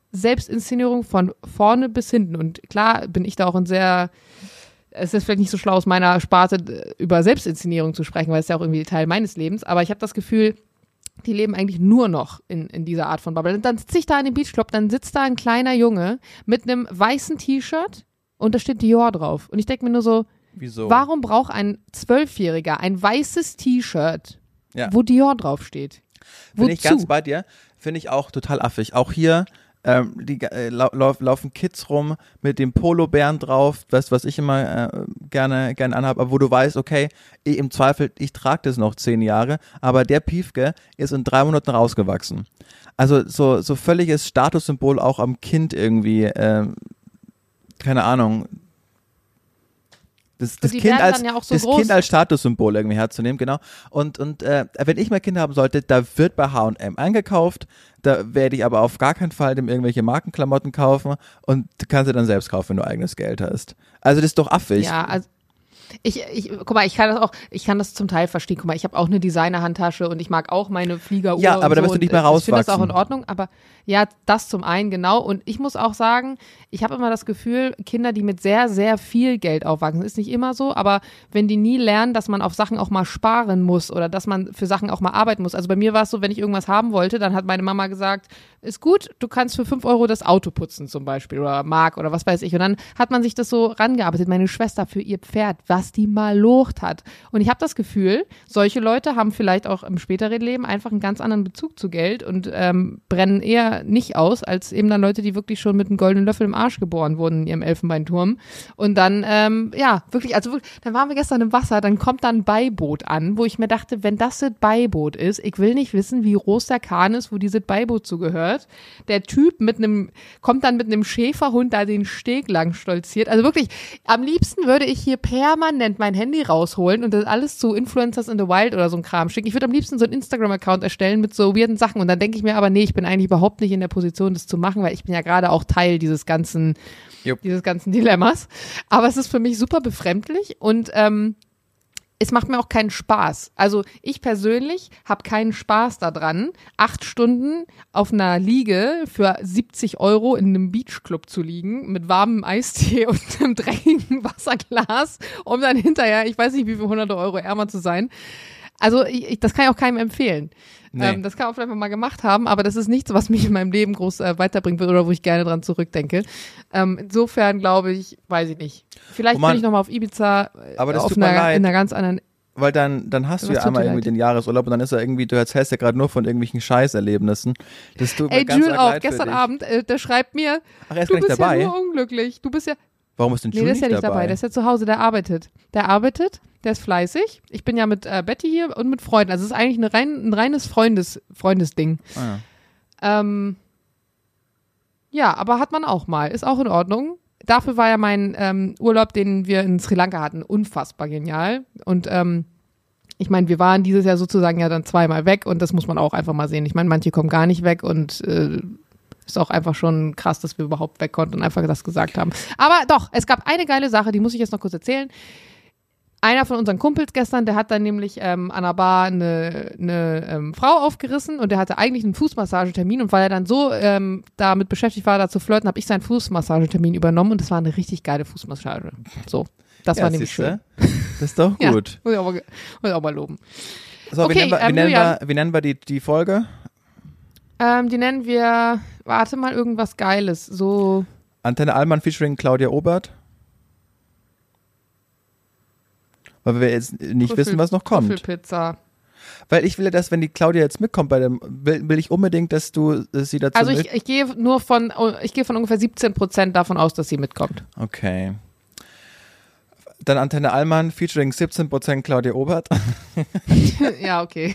Selbstinszenierung von vorne bis hinten. Und klar bin ich da auch ein sehr, es ist vielleicht nicht so schlau aus meiner Sparte über Selbstinszenierung zu sprechen, weil es ja auch irgendwie Teil meines Lebens, aber ich habe das Gefühl, die leben eigentlich nur noch in, in dieser Art von Bubble. Und dann sitze ich da in dem Beachclub, dann sitzt da ein kleiner Junge mit einem weißen T-Shirt und da steht Dior drauf. Und ich denke mir nur so, Wieso? Warum braucht ein Zwölfjähriger ein weißes T-Shirt, ja. wo Dior draufsteht? Bin ich ganz bei dir. Finde ich auch total affig. Auch hier ähm, die, äh, lau laufen Kids rum mit dem Polobären drauf, weißt, was ich immer äh, gerne, gerne anhabe, aber wo du weißt, okay, ich, im Zweifel, ich trage das noch zehn Jahre, aber der Piefke ist in drei Monaten rausgewachsen. Also so, so völliges Statussymbol auch am Kind irgendwie, äh, keine Ahnung, Das, das, kind als, ja so das kind als Statussymbol irgendwie herzunehmen, genau. Und, und äh, wenn ich mal Kinder haben sollte, da wird bei H und M eingekauft, da werde ich aber auf gar keinen Fall dem irgendwelche Markenklamotten kaufen und du kannst sie dann selbst kaufen, wenn du eigenes Geld hast. Also das ist doch affig. Ja, also Ich, ich, guck mal, ich kann das auch, ich kann das zum Teil verstehen. Guck mal, ich habe auch eine Designer-Handtasche und ich mag auch meine Fliegeruhr. Ja, aber und da so wirst du nicht mehr und rauswachsen. Ich finde das auch in Ordnung, aber ja, das zum einen, genau. Und ich muss auch sagen, ich habe immer das Gefühl, Kinder, die mit sehr, sehr viel Geld aufwachsen, ist nicht immer so, aber wenn die nie lernen, dass man auf Sachen auch mal sparen muss oder dass man für Sachen auch mal arbeiten muss. Also bei mir war es so, wenn ich irgendwas haben wollte, dann hat meine Mama gesagt, ist gut, du kannst für fünf Euro das Auto putzen zum Beispiel oder Mark oder was weiß ich. Und dann hat man sich das so rangearbeitet. Meine Schwester für ihr Pferd, was die mal locht hat. Und ich habe das Gefühl, solche Leute haben vielleicht auch im späteren Leben einfach einen ganz anderen Bezug zu Geld und ähm, brennen eher nicht aus, als eben dann Leute, die wirklich schon mit einem goldenen Löffel im Arsch geboren wurden in ihrem Elfenbeinturm. Und dann, ähm, ja, wirklich, also wirklich, dann waren wir gestern im Wasser, dann kommt da ein Beiboot an, wo ich mir dachte, wenn das das Beiboot ist, ich will nicht wissen, wie groß der Kahn ist, wo dieses Beiboot zugehört. Der Typ mit einem, kommt dann mit einem Schäferhund da den Steg lang stolziert. Also wirklich, am liebsten würde ich hier permanent mein Handy rausholen und das alles zu Influencers in the Wild oder so ein Kram schicken. Ich würde am liebsten so einen Instagram-Account erstellen mit so weirden Sachen und dann denke ich mir aber, nee, ich bin eigentlich überhaupt nicht in der Position, das zu machen, weil ich bin ja gerade auch Teil dieses ganzen, Jupp. dieses ganzen Dilemmas. Aber es ist für mich super befremdlich und ähm, es macht mir auch keinen Spaß. Also ich persönlich habe keinen Spaß daran, acht Stunden auf einer Liege für siebzig Euro in einem Beachclub zu liegen, mit warmem Eistee und einem dreckigen Wasserglas, um dann hinterher, ich weiß nicht, wie viel hunderte Euro ärmer zu sein. Also ich, ich, das kann ich auch keinem empfehlen. Nee. Ähm, das kann man vielleicht mal gemacht haben, aber das ist nichts, was mich in meinem Leben groß äh, weiterbringen wird oder wo ich gerne dran zurückdenke. Ähm, insofern glaube ich, weiß ich nicht. Vielleicht oh Mann, bin ich nochmal auf Ibiza äh, aber das auf tut mir einer, leid, in einer ganz anderen... Weil dann, dann hast du ja einmal irgendwie leid. den Jahresurlaub und dann ist er irgendwie, du erzählst ja gerade nur von irgendwelchen Scheißerlebnissen. Das tut mir Ey, ganz Jules auch, leid gestern Abend, äh, der schreibt mir, Ach, er ist du gar nicht bist dabei? ja nur unglücklich. Du bist ja... Warum ist denn Jules nee, der ist ja nicht dabei? dabei? Der ist ja zu Hause, der arbeitet. Der arbeitet, der ist fleißig. Ich bin ja mit äh, Betty hier und mit Freunden. Also es ist eigentlich eine rein, ein reines Freundes, Freundesding. Ah, ja. Ähm, ja, aber hat man auch mal. Ist auch in Ordnung. Dafür war ja mein ähm, Urlaub, den wir in Sri Lanka hatten, unfassbar genial. Und ähm, ich meine, wir waren dieses Jahr sozusagen ja dann zweimal weg und das muss man auch einfach mal sehen. Ich meine, manche kommen gar nicht weg und äh, ist auch einfach schon krass, dass wir überhaupt weg konnten und einfach das gesagt haben. Aber doch, es gab eine geile Sache, die muss ich jetzt noch kurz erzählen. Einer von unseren Kumpels gestern, der hat dann nämlich ähm, an der Bar eine, eine ähm, Frau aufgerissen und der hatte eigentlich einen Fußmassagetermin und weil er dann so ähm, damit beschäftigt war, da zu flirten, habe ich seinen Fußmassagetermin übernommen und das war eine richtig geile Fußmassage. So, das ja, war nämlich schön. Das ist doch gut. Ja, muss ich auch mal, muss ich auch mal loben. So, okay, wie nennen wir, ähm, wie nennen wir, wie nennen wir die, die Folge? Ähm, die nennen wir, warte mal, irgendwas Geiles. So. Antenne Allmann featuring Claudia Obert. Weil wir jetzt nicht Trüffel, wissen, was noch kommt. Trüffelpizza. Weil ich will ja, dass, wenn die Claudia jetzt mitkommt, bei dem, will, will ich unbedingt, dass du dass sie dazu Also ich, ich gehe nur von, ich gehe von ungefähr siebzehn Prozent davon aus, dass sie mitkommt. Okay. Dann Antenne Allmann featuring siebzehn Prozent Claudia Obert. Ja, okay.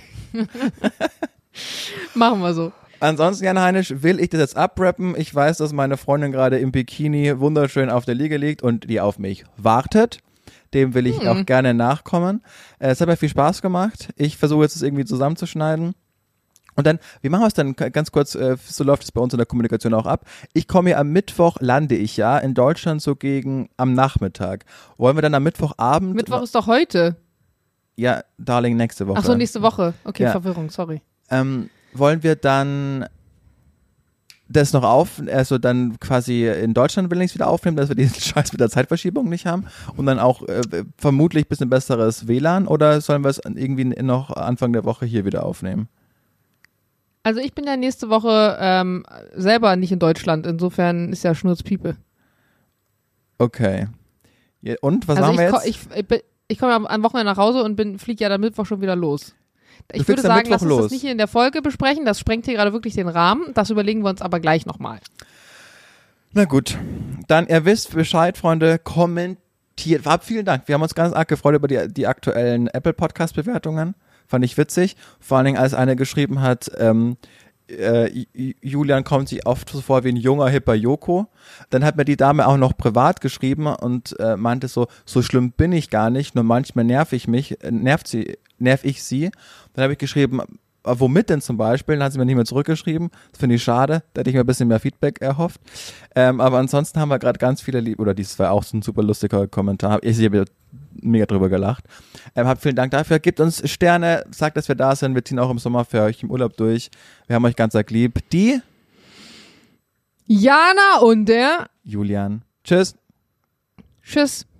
Machen wir so. Ansonsten, Jan Heinisch, will ich das jetzt abrappen. Ich weiß, dass meine Freundin gerade im Bikini wunderschön auf der Liege liegt und die auf mich wartet. Dem will ich hm. auch gerne nachkommen. Es hat mir viel Spaß gemacht. Ich versuche jetzt, es irgendwie zusammenzuschneiden. Und dann, wie machen wir es dann ganz kurz, so läuft es bei uns in der Kommunikation auch ab. Ich komme hier am Mittwoch, lande ich ja in Deutschland so gegen am Nachmittag. Wollen wir dann am Mittwochabend... Mittwoch ist doch heute. Ja, Darling, nächste Woche. Ach so, nächste Woche. Okay, ja. Verwirrung, sorry. Ähm, wollen wir dann das noch auf, also dann quasi in Deutschland wenigstens wieder aufnehmen, dass wir diesen Scheiß mit der Zeitverschiebung nicht haben und dann auch äh, vermutlich ein bisschen besseres W L A N oder sollen wir es irgendwie noch Anfang der Woche hier wieder aufnehmen? Also ich bin ja nächste Woche ähm, selber nicht in Deutschland, insofern ist ja Schnurzpiepe. Okay. Ja, und, was also machen wir ich, jetzt? Ich, ich, ich komme ja am Wochenende nach Hause und bin fliege ja dann Mittwoch schon wieder los. Ich Du würde fliegst am sagen, Mittwoch lass uns los. das nicht hier in der Folge besprechen, das sprengt hier gerade wirklich den Rahmen. Das überlegen wir uns aber gleich nochmal. Na gut, dann ihr wisst Bescheid, Freunde, kommentiert. War, vielen Dank, wir haben uns ganz arg gefreut über die, die aktuellen Apple-Podcast-Bewertungen. Fand ich witzig, vor allen Dingen als eine geschrieben hat, ähm, äh, Julian kommt sich oft so vor wie ein junger, hipper Joko. Dann hat mir die Dame auch noch privat geschrieben und äh, meinte so, so schlimm bin ich gar nicht, nur manchmal nerv ich mich, äh, nervt sie, nerv ich sie. Dann habe ich geschrieben, womit denn zum Beispiel? Dann hat sie mir nicht mehr zurückgeschrieben. Das finde ich schade. Da hätte ich mir ein bisschen mehr Feedback erhofft. Ähm, aber ansonsten haben wir gerade ganz viele, Lieb- oder dies war auch so ein super lustiger Kommentar. Ich habe mega drüber gelacht. Ähm, habt vielen Dank dafür. Gebt uns Sterne, sagt, dass wir da sind. Wir ziehen auch im Sommer für euch im Urlaub durch. Wir haben euch ganz arg lieb. Die Jana und der Julian. Tschüss. Tschüss.